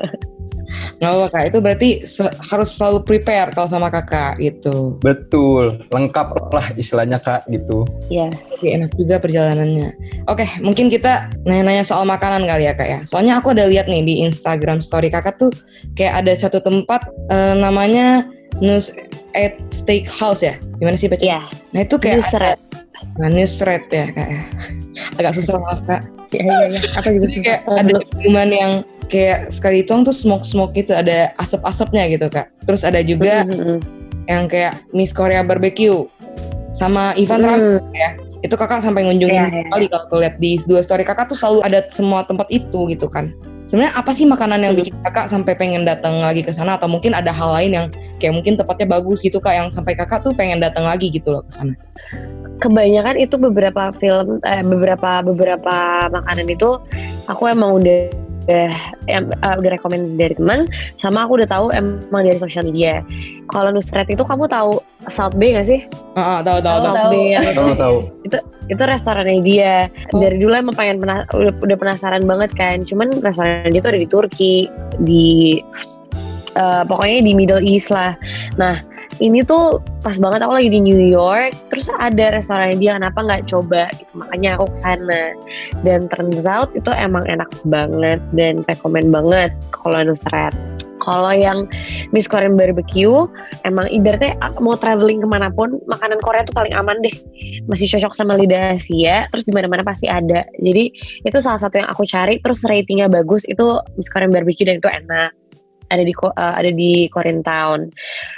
Nggak apa Kak, itu berarti harus selalu prepare kalau sama kakak gitu. Betul, lengkap lah istilahnya Kak gitu. Iya. Jadi enak juga perjalanannya. Oke, mungkin kita nanya-nanya soal makanan kali ya Kak ya. Soalnya aku ada lihat nih di Instagram story kakak tuh kayak ada satu tempat namanya Nusret Steakhouse ya. Gimana sih bacanya? Iya. Nah itu kayak Nusret. Nusret ya Kak ya. Agak susah maaf Kak. Iya. Apa juga susah. Kayak ada minuman yang kayak sekali tuang tuh smoke gitu, ada asap-asapnya gitu Kak. Terus ada juga yang kayak Miss Korea Barbecue sama Ivan Ramen ya. Itu kakak sampai ngunjungin kali kalau lihat di 2 story kakak tuh selalu ada semua tempat itu gitu kan. Sebenarnya apa sih makanan yang bikin kakak sampai pengen datang lagi ke sana, atau mungkin ada hal lain yang kayak mungkin tempatnya bagus gitu Kak yang sampai kakak tuh pengen datang lagi gitu loh ke sana? Kebanyakan itu beberapa makanan itu aku emang udah udah rekomend dari teman, sama aku udah tahu emang dari sosial media. Kalau Nusret itu kamu tahu Salt Bay gak sih? Tahu. Salt Bay yang Tahu. itu restorannya dia. Dari dulu emang udah penasaran banget kan. Cuman restoran dia tuh ada di Turki, di pokoknya di Middle East lah. Nah, ini tuh pas banget aku lagi di New York, terus ada restorannya dia, kenapa nggak coba gitu. Makanya aku kesana, dan turns out itu emang enak banget dan rekomen banget kalau Nusret. Kalau yang Miss Korean Barbecue, emang ibaratnya mau traveling kemanapun, makanan Korea tuh paling aman deh, masih cocok sama lidah Asia, terus di mana-mana pasti ada. Jadi itu salah satu yang aku cari, terus ratingnya bagus, itu Miss Korean Barbecue dan itu enak. Ada di Koreatown.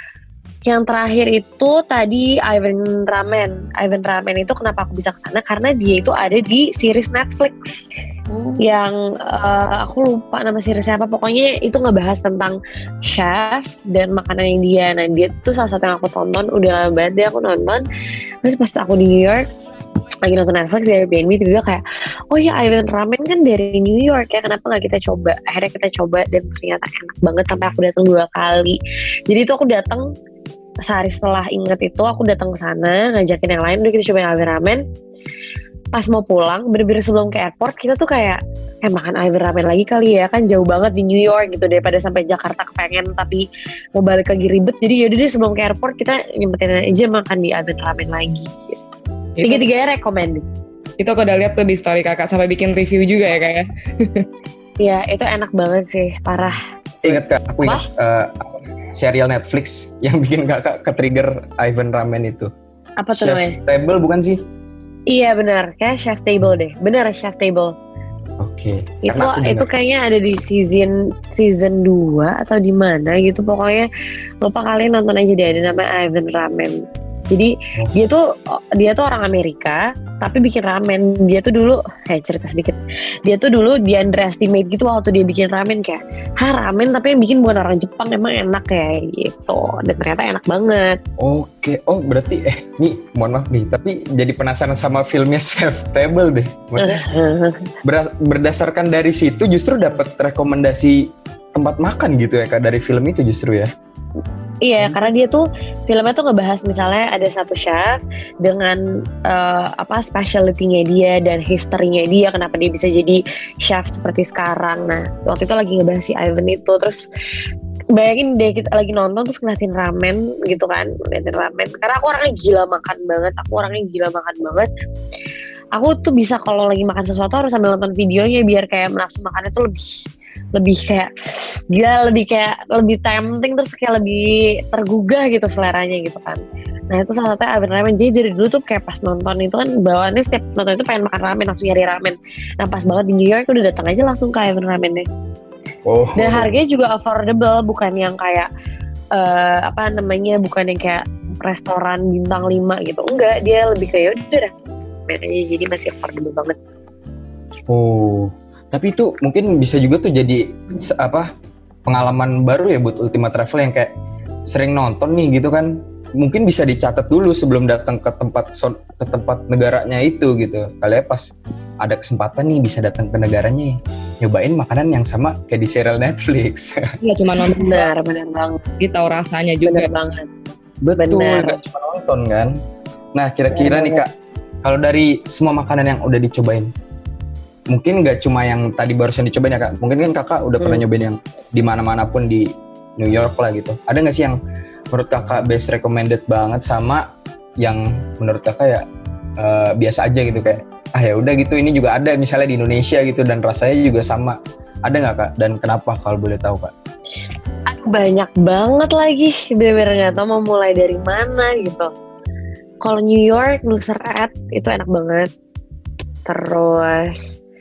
Yang terakhir itu tadi Ivan Ramen. Ivan Ramen itu kenapa aku bisa kesana? Karena dia itu ada di series Netflix. Yang aku lupa nama seriesnya apa. Pokoknya itu ngebahas tentang chef dan makanan India. Nah, dia itu salah satu yang aku tonton. Udah lama banget deh aku nonton. Terus pas aku di New York, lagi nonton Netflix di Airbnb, tiba-tiba kayak, oh ya Ivan Ramen kan dari New York ya, kenapa nggak kita coba? Akhirnya kita coba dan ternyata enak banget, sampai aku datang 2 kali. Jadi itu aku datang sehari setelah inget itu, aku datang ke sana ngajakin yang lain, udah kita cobain Ivan Ramen. Pas mau pulang, bener-bener sebelum ke airport, kita tuh kayak makan Ivan Ramen lagi kali ya, kan jauh banget di New York gitu, daripada sampai Jakarta kepengen tapi mau balik lagi ribet. Jadi yaudah deh sebelum ke airport kita nyempetin aja makan di Ivan Ramen lagi gitu. Tiga-tiganya rekomend. Itu aku udah lihat tuh di story kakak, sampai bikin review juga ya kak ya. Iya, itu enak banget sih, parah. Ingat kak, aku ingat serial Netflix yang bikin kakak ke-trigger Ivan Ramen itu. Apa tuh namanya? Chef's Table bukan sih? Iya benar, kayak Chef Table deh. Benar, Chef Table. Oke. Itu kayaknya ada di season 2 atau di mana gitu. Pokoknya lupa, kalian nonton aja deh, ada namanya Ivan Ramen. Jadi dia tuh orang Amerika tapi bikin ramen. Dia tuh dulu cerita sedikit. Dia tuh dulu di underestimate gitu waktu dia bikin ramen, kayak ramen tapi yang bikin bukan orang Jepang, emang enak ya gitu. Dan ternyata enak banget. Oke. Oh berarti nih mohon maaf nih, tapi jadi penasaran sama filmnya Chef's Table deh. Maksudnya berdasarkan dari situ justru dapat rekomendasi tempat makan gitu ya kak, dari film itu justru ya. Iya, karena dia tuh filmnya tuh ngebahas misalnya ada satu chef dengan specialty-nya dia dan history-nya dia, kenapa dia bisa jadi chef seperti sekarang. Nah, waktu itu lagi ngebahas si Ivan itu, terus bayangin deh kita lagi nonton terus ngeliatin ramen gitu kan, karena aku orangnya gila makan banget. Aku tuh bisa kalau lagi makan sesuatu harus sambil nonton videonya biar kayak nafsu makannya tuh lebih kayak gila, lebih tempting, terus kayak lebih tergugah gitu seleranya gitu kan. Nah itu salah satunya Ivan Ramen. Jadi dari dulu tuh kayak pas nonton itu kan bawaannya setiap nonton itu pengen makan ramen, langsung nyari ramen. Nah pas banget di New York udah datang aja langsung ke Ivan Ramen deh. Dan harganya juga affordable, bukan yang kayak bukan yang kayak restoran bintang 5 gitu. Enggak, dia lebih kayak udah ramen aja, jadi masih affordable banget. Tapi itu mungkin bisa juga tuh jadi pengalaman baru ya buat Ultima Travel yang kayak sering nonton nih gitu kan. Mungkin bisa dicatat dulu sebelum datang ke tempat negaranya itu gitu. Kalian pas ada kesempatan nih bisa datang ke negaranya, nyobain makanan yang sama kayak di serial Netflix. Iya, cuma nonton. Benar banget. Dia tahu rasanya juga. Benar banget. Betul, nggak cuma nonton kan. Nah kira-kira nih kak, kalau dari semua makanan yang udah dicobain, mungkin nggak cuma yang tadi barusan dicobain ya kak, mungkin kan kakak udah pernah nyobain yang di mana-mana pun di New York lah gitu. Ada nggak sih yang menurut kakak best recommended banget sama yang menurut kakak ya biasa aja gitu, kayak ya udah gitu, ini juga ada misalnya di Indonesia gitu dan rasanya juga sama. Ada nggak kak, dan kenapa kalau boleh tahu kak? Banyak banget lagi, bener-bener nggak tahu mau mulai dari mana gitu. Kalau New York, Nusret itu enak banget. Terus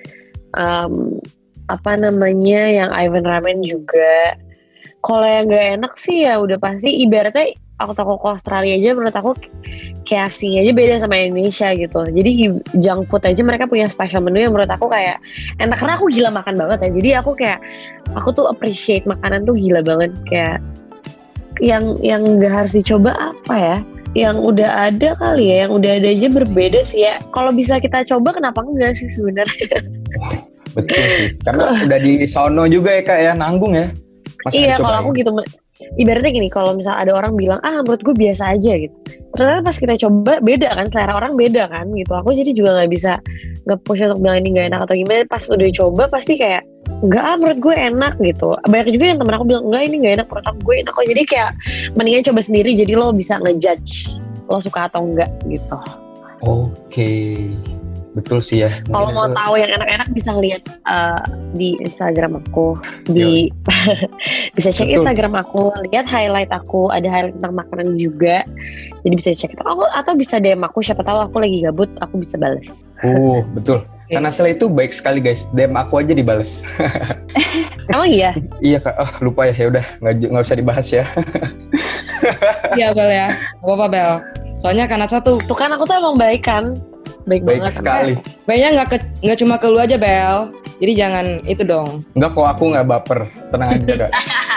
yang Ivan Ramen juga. Kalau yang nggak enak sih ya udah pasti ibaratnya aku tahu ke Australia aja, menurut aku KFC-nya aja beda sama Indonesia gitu. Jadi junk food aja mereka punya special menu yang menurut aku kayak enak, karena aku gila makan banget ya. Jadi aku tuh appreciate makanan tuh gila banget, kayak yang nggak harus dicoba apa ya? Yang udah ada kali ya, yang udah ada aja berbeda sih ya. Kalau bisa kita coba kenapa enggak sih sebenarnya? Betul sih. Karena udah di sono juga ya Kak ya, nanggung ya. Masa Iya, dicobain? kalau aku gitu, ibaratnya gini, kalau misal ada orang bilang, menurut gue biasa aja gitu. Ternyata pas kita coba, beda kan, selera orang beda kan gitu. Aku jadi juga gak bisa nge-push untuk bilang ini gak enak atau gimana. Pas udah coba, pasti kayak, enggak menurut gue enak gitu. Banyak juga yang temen aku bilang, enggak ini gak enak, menurut aku gue enak kok. Jadi kayak, mendingan coba sendiri, jadi lo bisa ngejudge lo suka atau enggak gitu. Oke. Betul sih ya. Kalau mau tahu yang enak-enak bisa ngeliat di Instagram aku, bisa cek Betul. Instagram aku, lihat highlight aku, ada highlight tentang makanan juga, jadi bisa cek itu. Atau bisa DM aku, siapa tahu aku lagi gabut, aku bisa balas. Betul. Karena setelah itu baik sekali guys, DM aku aja dibales. Emang iya? Iya Kak, lupa ya, udah nggak usah dibahas ya. Iya Bel ya, gak apa-apa Bel. Soalnya karena satu, Tuh kan aku tuh emang baik kan, baik Baik banget. sekali. baiknya nggak cuma ke lu aja Bel. Jadi jangan itu dong. Enggak kok, aku nggak baper, tenang aja Kak.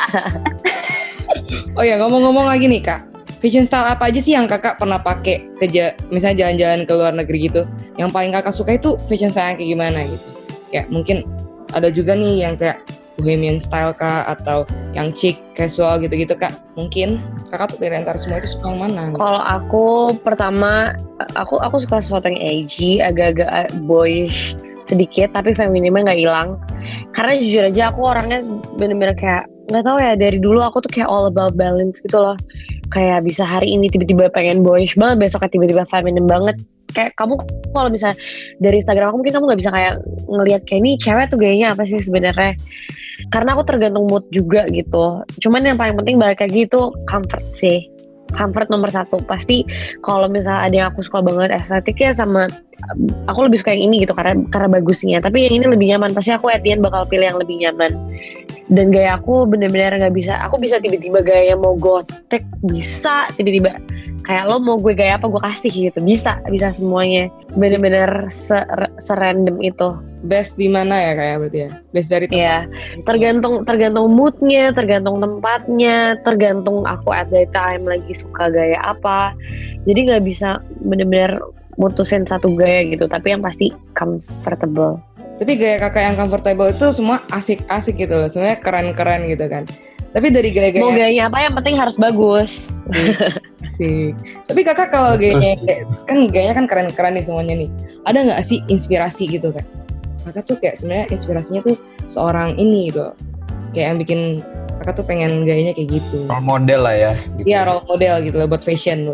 Oh ya, ngomong-ngomong lagi nih Kak, fashion style apa aja sih yang kakak pernah pakai misalnya jalan-jalan ke luar negeri gitu? Yang paling kakak suka itu fashion style yang kayak gimana gitu? Kayak mungkin ada juga nih yang kayak bohemian style kak, atau yang chic, casual gitu-gitu kak. Mungkin kakak tuh dari antara semua itu suka yang mana? Gitu? Kalau aku pertama, aku suka sesuatu yang edgy, agak-agak boyish sedikit, tapi femininnya nggak hilang. Karena jujur aja aku orangnya bener-bener kayak nggak tahu ya, dari dulu aku tuh kayak all about balance gitu loh. Kayak bisa hari ini tiba-tiba pengen boyish banget, besoknya tiba-tiba feminine banget. Kayak kamu kalau misalnya dari Instagram aku, mungkin kamu nggak bisa kayak ngelihat kayak ini cewek tuh gayanya apa sih sebenarnya. Karena aku tergantung mood juga gitu. Cuman yang paling penting balik lagi itu comfort sih. Comfort nomor satu. Pasti kalau misalnya ada yang aku suka banget estetiknya, sama aku lebih suka yang ini gitu karena bagusnya. Tapi yang ini lebih nyaman. Pasti aku at the end bakal pilih yang lebih nyaman. Dan gaya aku bener-bener gak bisa. Aku bisa tiba-tiba gaya mau gotek, bisa tiba-tiba kayak lo mau gue gaya apa gue kasih gitu, bisa semuanya, bener-bener serandom itu. Best di mana ya kayak berarti ya? Best dari tempat. Iya, tergantung moodnya, tergantung tempatnya, tergantung aku at that time lagi suka gaya apa. Jadi nggak bisa bener-bener mutusin satu gaya gitu, tapi yang pasti comfortable. Tapi gaya kakak yang comfortable itu semua asik-asik gitu loh, sebenarnya keren-keren gitu kan. Tapi dari gaya-gaya mau gayanya apa yang penting harus bagus. Asik. Tapi kakak kalau gayanya kan gayanya kan keren-keren nih semuanya nih. Ada nggak sih inspirasi gitu kan? Kakak tuh kayak sebenarnya inspirasinya tuh seorang ini gitu. Kayak yang bikin kakak tuh pengen gayanya kayak gitu. Role model lah ya. Gitu. Iya, role model gitu loh buat fashion.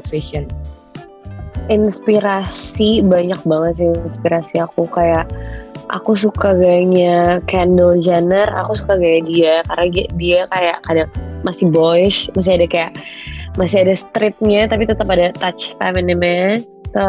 Inspirasi banyak banget sih, inspirasi aku kayak aku suka gayanya Kendall Jenner, aku suka gaya dia karena dia kayak ada masih boyish, masih ada streetnya tapi tetap ada touch feminine.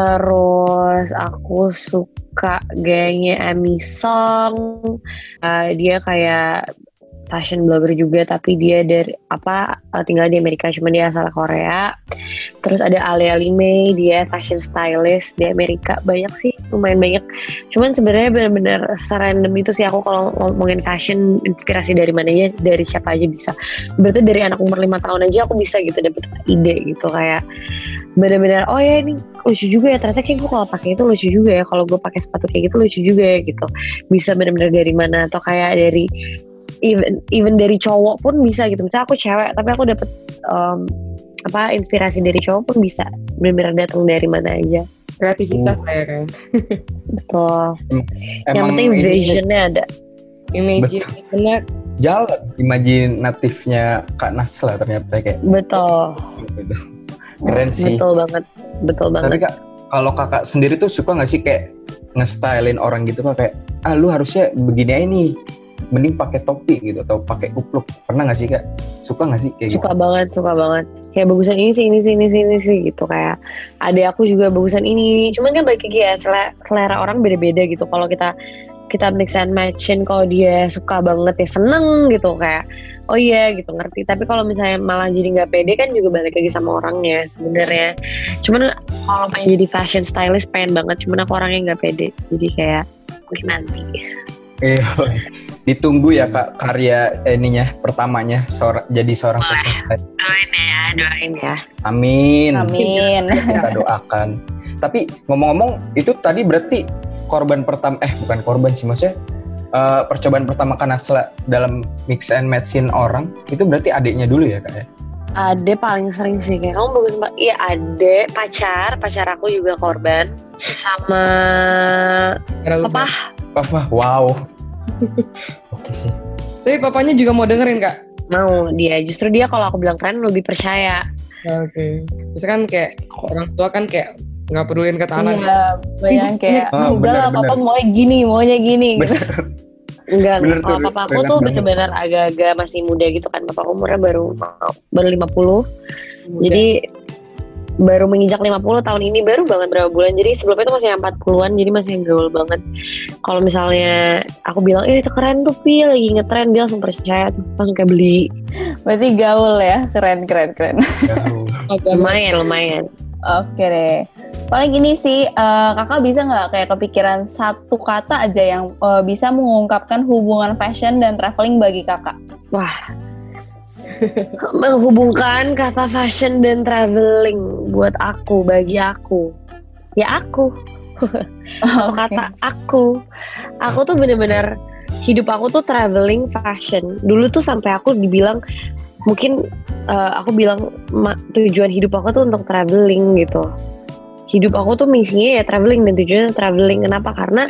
Terus aku suka gayanya Amy Song, dia kayak fashion blogger juga tapi dia dari tinggal di Amerika, cuma dia asal Korea. Terus ada Alea Limei, dia fashion stylist di Amerika. Banyak sih, lumayan banyak. Cuman sebenarnya benar-benar serandom itu sih aku kalau ngomongin fashion, inspirasi dari mana aja, dari siapa aja bisa. Berarti dari anak umur 5 tahun aja aku bisa gitu dapet ide gitu, kayak benar-benar oh ya ini lucu juga ya, ternyata kayak gue kalau pakai itu lucu juga ya, kalau gue pakai sepatu kayak gitu lucu juga ya gitu. Bisa benar-benar dari mana, atau kayak dari even dari cowok pun bisa gitu. Misalnya aku cewek tapi aku dapet inspirasi dari cowok pun bisa, benar-benar datang dari mana aja. Kreativitas kayak kan. Betul. Yang penting visionnya ada. Imagine-nya jalan imajinatifnya Kak Nasla ternyata kayak. Betul. Keren sih. Betul banget. Tapi Kak, kalau kakak sendiri tuh suka nggak sih kayak nge-stylein orang gitu Kak, kayak lu harusnya begini aja nih, mending pakai topi gitu atau pakai kupluk. Pernah nggak sih Kak? Suka nggak sih kayak suka gitu? banget. Kayak bagusan ini sih gitu. Kayak ada aku juga bagusan ini. Cuman kan balik lagi ya, selera orang beda-beda gitu. Kalau kita mix and matchin, kalau dia suka banget ya seneng gitu, kayak oh iya gitu, ngerti. Tapi kalau misalnya malah jadi nggak pede kan juga balik lagi sama orangnya sebenarnya. Cuman kalau pengen jadi fashion stylist pengen banget, cuman aku orangnya nggak pede. Jadi kayak mungkin nanti. Iya. Ditunggu ya Kak karya ininya pertamanya jadi seorang fashion stylist. Doain ya. Amin. Amin. Kita doakan. Tapi ngomong-ngomong itu tadi berarti korban pertama bukan korban sih, maksudnya percobaan pertama Kanazla dalam mix and match-in orang itu berarti adiknya dulu ya kak ya? Ade paling sering sih kayak kamu bagus banget. Iya ade, pacar aku juga korban sama papa. Wow. Oke sih. Tapi papanya juga mau dengerin kak? Mau dia, justru dia kalau aku bilang keren lebih percaya. Oke. Biasanya kan kayak orang tua kan kayak nggak pedulin kata anak. Iya, banyak kayak udah lah papa maunya gini gitu. Enggak, Bener kalau tuh, papa aku enak tuh banget. benar-benar agak-agak masih muda gitu kan. Papa aku umurnya baru 50. Jadi baru menginjak 50 tahun ini, baru banget berapa bulan. Jadi sebelumnya itu masih 40-an, jadi masih gaul banget. Kalau misalnya aku bilang, itu keren tuh Pi, lagi ngetren, dia langsung percaya tuh, langsung kayak beli. Berarti gaul ya, keren. Jauh. Lumayan. Oke deh. Paling ini sih, kakak bisa nggak kayak kepikiran satu kata aja yang bisa mengungkapkan hubungan fashion dan traveling bagi kakak? Wah, menghubungkan kata fashion dan traveling buat aku, bagi aku, ya aku. Satu kata aku tuh bener-bener hidup aku tuh traveling fashion. Dulu tuh sampai aku dibilang mungkin aku bilang tujuan hidup aku tuh untuk traveling gitu. Hidup aku tuh misinya ya traveling dan tujuannya traveling. Kenapa? Karena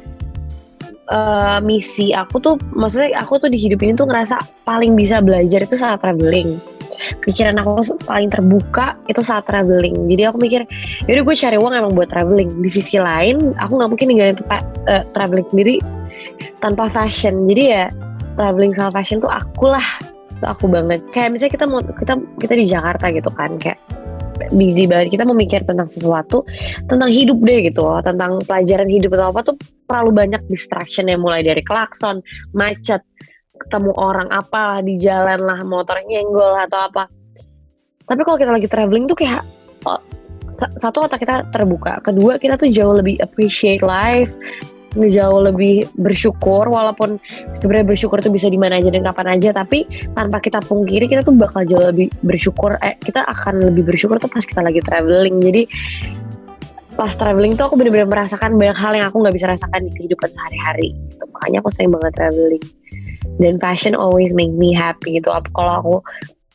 misi aku tuh, maksudnya aku tuh di hidup ini tuh ngerasa paling bisa belajar itu saat traveling. Pikiran aku paling terbuka itu saat traveling. Jadi aku mikir, yaudah gue cari uang emang buat traveling. Di sisi lain, aku nggak mungkin ninggalin traveling sendiri tanpa fashion. Jadi ya traveling sama fashion tuh aku lah, itu aku banget. Kayak misalnya kita di Jakarta gitu kan, kayak busy banget, kita mau mikir tentang sesuatu, tentang hidup deh gitu, tentang pelajaran hidup atau apa tuh terlalu banyak distraction yang mulai dari klakson, macet, ketemu orang apa di jalan lah, motor nyenggol atau apa. Tapi kalau kita lagi traveling tuh kayak satu, otak kita terbuka, kedua kita tuh jauh lebih appreciate life, jauh lebih bersyukur, walaupun sebenarnya bersyukur tuh bisa di mana aja dan kapan aja, tapi tanpa kita pungkiri kita tuh bakal jauh lebih bersyukur, kita akan lebih bersyukur tuh pas kita lagi traveling. Jadi pas traveling tuh aku benar-benar merasakan banyak hal yang aku nggak bisa rasakan di kehidupan sehari-hari gitu. Makanya aku sering banget traveling, dan fashion always make me happy gitu. Kalau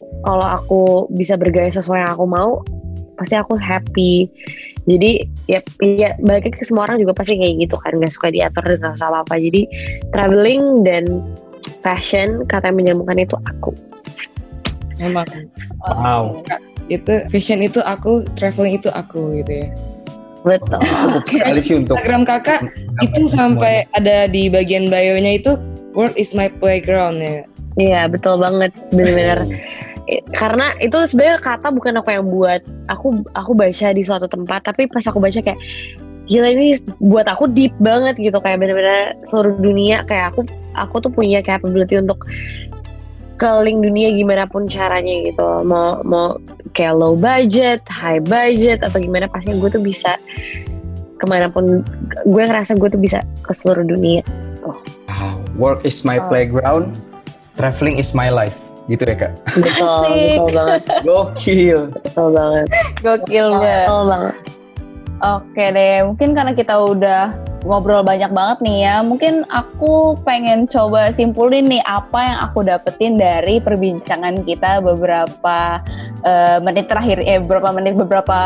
aku bisa bergaya sesuai yang aku mau, pasti aku happy. Jadi ya balik ke semua orang juga pasti kayak gitu kan, nggak suka diatur dan nggak usah apa-apa. Jadi traveling dan fashion, kata yang menyambungkan itu aku. Emang. Wow. Itu fashion itu aku, traveling itu aku gitu ya. Betul. Sekali sih untuk Instagram kakak itu sampai ada di bagian bio-nya itu work is my playground ya. Iya betul banget, benar-benar. Karena itu sebenarnya kata bukan aku yang buat, aku baca di suatu tempat, tapi pas aku baca kayak gila, ini buat aku deep banget gitu, kayak benar-benar seluruh dunia, kayak aku tuh punya capability untuk keliling dunia gimana pun caranya gitu, mau kayak low budget, high budget atau gimana, pasti gue tuh bisa kemanapun. Gue ngerasa gue tuh bisa ke seluruh dunia gitu. Work is my playground, traveling is my life. Gitu ya kak? Betul banget. Gokil. Betul banget. Gokil banget. Betul banget. Oke deh, mungkin karena kita udah ngobrol banyak banget nih ya, mungkin aku pengen coba simpulin nih apa yang aku dapetin dari perbincangan kita beberapa menit terakhir, beberapa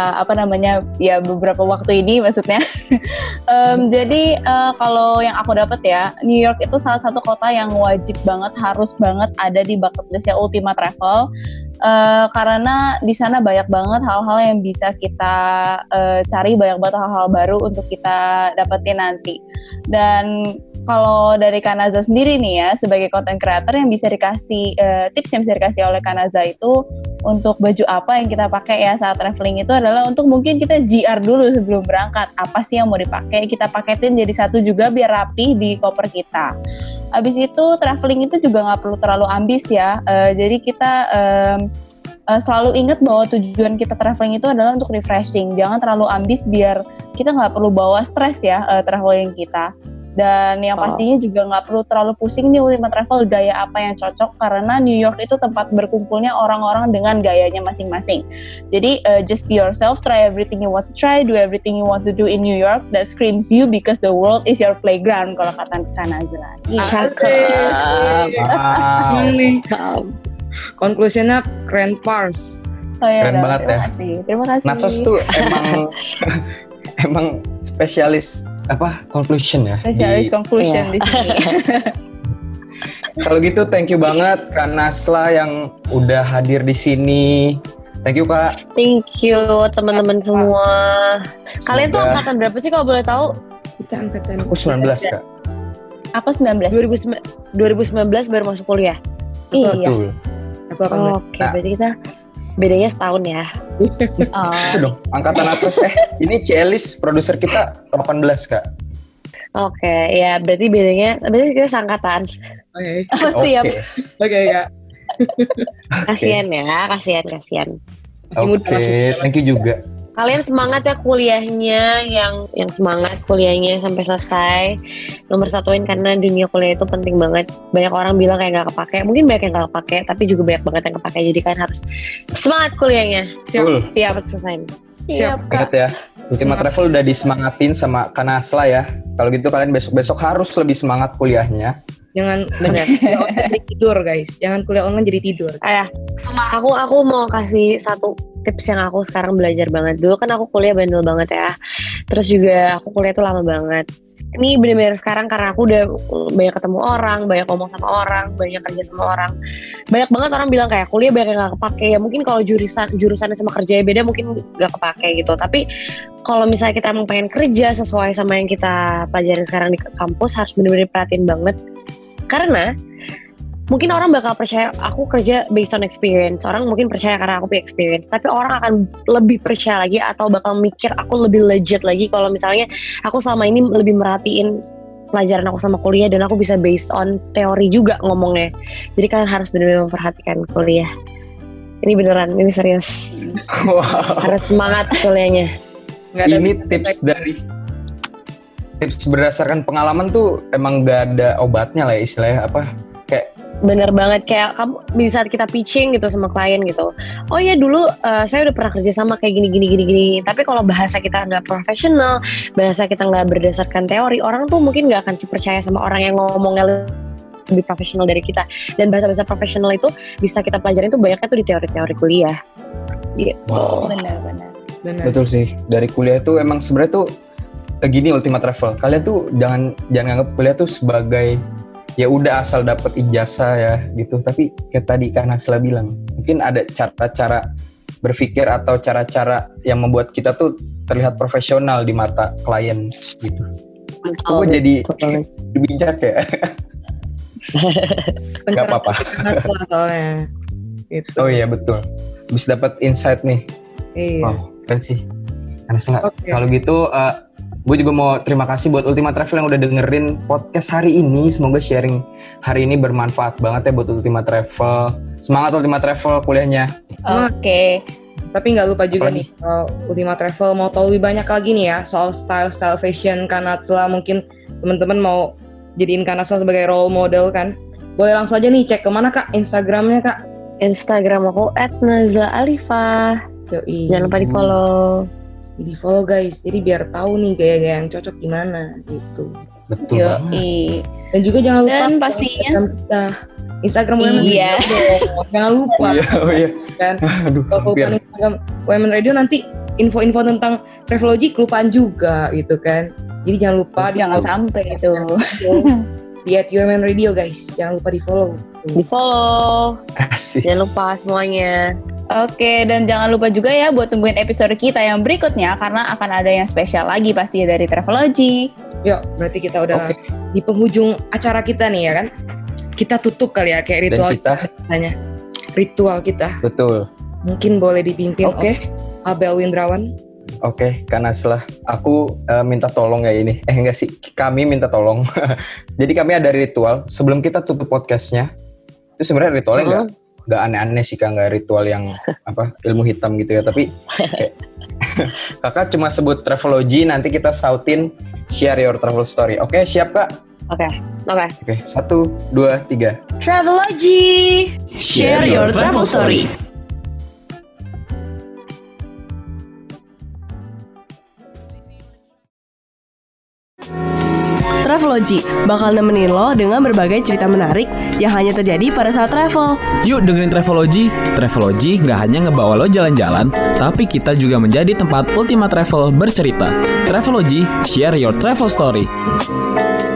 waktu ini maksudnya. Jadi kalau yang aku dapet ya, New York itu salah satu kota yang wajib banget, harus banget ada di bucket listnya Ultima Travel. Karena di sana banyak banget hal-hal yang bisa kita cari, banyak banget hal-hal baru untuk kita dapetin nanti. Dan kalau dari Kanazla sendiri nih ya, sebagai content creator yang bisa dikasih tips yang bisa dikasih oleh Kanazla itu untuk baju apa yang kita pakai ya saat traveling itu adalah untuk mungkin kita GR dulu sebelum berangkat. Apa sih yang mau dipakai? Kita paketin jadi satu juga biar rapi di koper kita. Habis itu traveling itu juga nggak perlu terlalu ambis ya. Jadi kita selalu ingat bahwa tujuan kita traveling itu adalah untuk refreshing. Jangan terlalu ambis biar kita nggak perlu bawa stres ya traveling kita. Dan yang Oh. pastinya juga nggak perlu terlalu pusing nih Ultima Travel gaya apa yang cocok, karena New York itu tempat berkumpulnya orang-orang dengan gayanya masing-masing. Jadi just be yourself, try everything you want to try, do everything you want to do in New York that screams you because the world is your playground, kalau kata Kanazla. Cakep. Wow. Conclusionnya keren pars. Oh, ya, Keren banget terima ya. kasih. Terima kasih. Natsos tuh emang spesialis conclusion ya. Spesialis conclusion Iya. di sini. Kalau gitu thank you banget Kak Nasla yang udah hadir di sini. Thank you Kak. Thank you teman-teman semua. Kalian tuh Semoga- angkatan berapa sih kalau boleh tahu? Kita angkatan Aku 19 Kak. Aku 19. 2019 baru masuk kuliah. Iya. Betul. aku akan Oke, berarti kita bedanya setahun ya. Oh. Itu dong, angkatan atas. Ini Cielis, produser kita 18 Kak. Oke, ya berarti berarti kita seangkatan. Oke. Siap. Oke Kak. Kasian ya, kasian. Masih muda Oke, masih. thank you juga. Kalian semangat ya kuliahnya, yang semangat kuliahnya sampai selesai. Nomor satuin karena dunia kuliah itu penting banget. Banyak orang bilang kayak nggak kepake, mungkin banyak yang nggak kepake, tapi juga banyak banget yang kepake. Jadi kan harus semangat kuliahnya. Cool. Siap. Dapat selesai. Siap, Kak. Ingat ya, Ultima Travel udah disemangatin sama Kak Nasla ya. Kalau gitu kalian besok-besok harus lebih semangat kuliahnya. Jangan Benar. kuliah online jadi tidur guys. Jangan kuliah online jadi tidur. Aku mau kasih satu tips yang aku sekarang belajar banget. Dulu kan aku kuliah bandel banget ya. Terus juga aku kuliah tuh lama banget. Ini bener-bener sekarang karena aku udah banyak ketemu orang, banyak ngomong sama orang, banyak kerja sama orang. Banyak banget orang bilang kayak kuliah banyak yang gak kepake. Ya mungkin kalau jurusannya sama kerjanya beda mungkin gak kepake gitu. Tapi kalau misalnya kita emang pengen kerja sesuai sama yang kita pelajarin sekarang di kampus, harus bener-bener perhatiin banget. Karena mungkin orang bakal percaya aku kerja based on experience. Orang mungkin percaya karena aku punya experience. Tapi orang akan lebih percaya lagi atau bakal mikir aku lebih legit lagi kalau misalnya aku selama ini lebih merhatiin pelajaran aku sama kuliah dan aku bisa based on teori juga ngomongnya. Jadi kalian harus benar-benar memperhatikan kuliah. Ini beneran, ini serius. Wow. Harus semangat kuliahnya. Nggak ada Ini bisa tips efek. dari tips berdasarkan pengalaman tuh emang gak ada obatnya lah ya, istilahnya apa kayak Bener banget, kayak kamu di saat kita pitching gitu sama klien gitu, oh ya dulu saya udah pernah kerja sama kayak gini. Tapi kalau bahasa kita nggak profesional, bahasa kita nggak berdasarkan teori, orang tuh mungkin nggak akan percaya sama orang yang ngomongnya lebih profesional dari kita. Dan bahasa-bahasa profesional itu bisa kita pelajarin tuh banyaknya tuh di teori-teori kuliah. Gitu. wow. Benar-benar. Benar. Betul sih, dari kuliah tuh emang sebenarnya tuh gini Ultima Travel. Kalian tuh jangan anggap kuliah tuh sebagai ya udah asal dapat ijazah ya gitu. Tapi kayak tadi Kak Nasla bilang, mungkin ada cara-cara berpikir atau cara-cara yang membuat kita tuh terlihat profesional di mata klien gitu. Aku jadi dibincang ya. Gak apa-apa. Pencerahan soalnya. Gitu. Oh iya betul. Bisa dapat insight nih. Iya. Wow, keren sih. Karena Oke. kalau gitu, gue juga mau terima kasih buat Ultima Travel yang udah dengerin podcast hari ini. Semoga sharing hari ini bermanfaat banget ya buat Ultima Travel. Semangat Ultima Travel kuliahnya. Oke. Tapi nggak lupa juga Apalagi? nih, kalau Ultima Travel mau tahu lebih banyak lagi nih ya soal style fashion Kanazla, mungkin teman-teman mau jadiin Kanazla sebagai role model kan? Boleh langsung aja nih cek kemana Kak Instagramnya Kak? Instagram aku @nazla_alifah. Yoi. Jangan lupa di follow. Di follow guys, jadi biar tahu nih gaya-gaya yang cocok gimana gitu. Betul banget. Yoi. Dan juga jangan lupa Dan pastinya Instagram kita. Instagram Women Iya. Radio dong. Jangan lupa Oh iya. kan. Aduh, Kalau hampir. kelupaan Instagram Women Radio nanti info-info tentang travelogy kelupaan juga gitu kan. Jadi jangan lupa Jangan sampai itu. di @UMN Radio guys. Jangan lupa di follow. Di follow. Asik. Jangan lupa semuanya. Oke, dan jangan lupa juga ya buat tungguin episode kita yang berikutnya karena akan ada yang spesial lagi pasti dari Travelogy. Yuk, berarti kita udah Oke. di penghujung acara kita nih ya kan. Kita tutup kali ya kayak Dan ritual kita, biasanya. Ritual kita. betul. Mungkin boleh dipimpin Oke. oleh Abel Windrawan. Oke, karena setelah aku minta tolong ya ini. Enggak sih, kami minta tolong. Jadi kami ada ritual sebelum kita tutup podcastnya. Itu sebenarnya ritualnya nggak aneh-aneh sih, Kak, nggak ritual yang apa ilmu hitam gitu ya. Tapi kayak, kakak cuma sebut Travelogy, nanti kita sautin share your travel story. Oke, siap Kak? Oke. Oke, 1, 2, 3. Travelogy. Share your travel story. Travelogy bakal nemenin lo dengan berbagai cerita menarik yang hanya terjadi pada saat travel. Yuk dengerin Travelogy. Travelogy nggak hanya ngebawa lo jalan-jalan, tapi kita juga menjadi tempat Ultima Travel bercerita. Travelogy, share your travel story.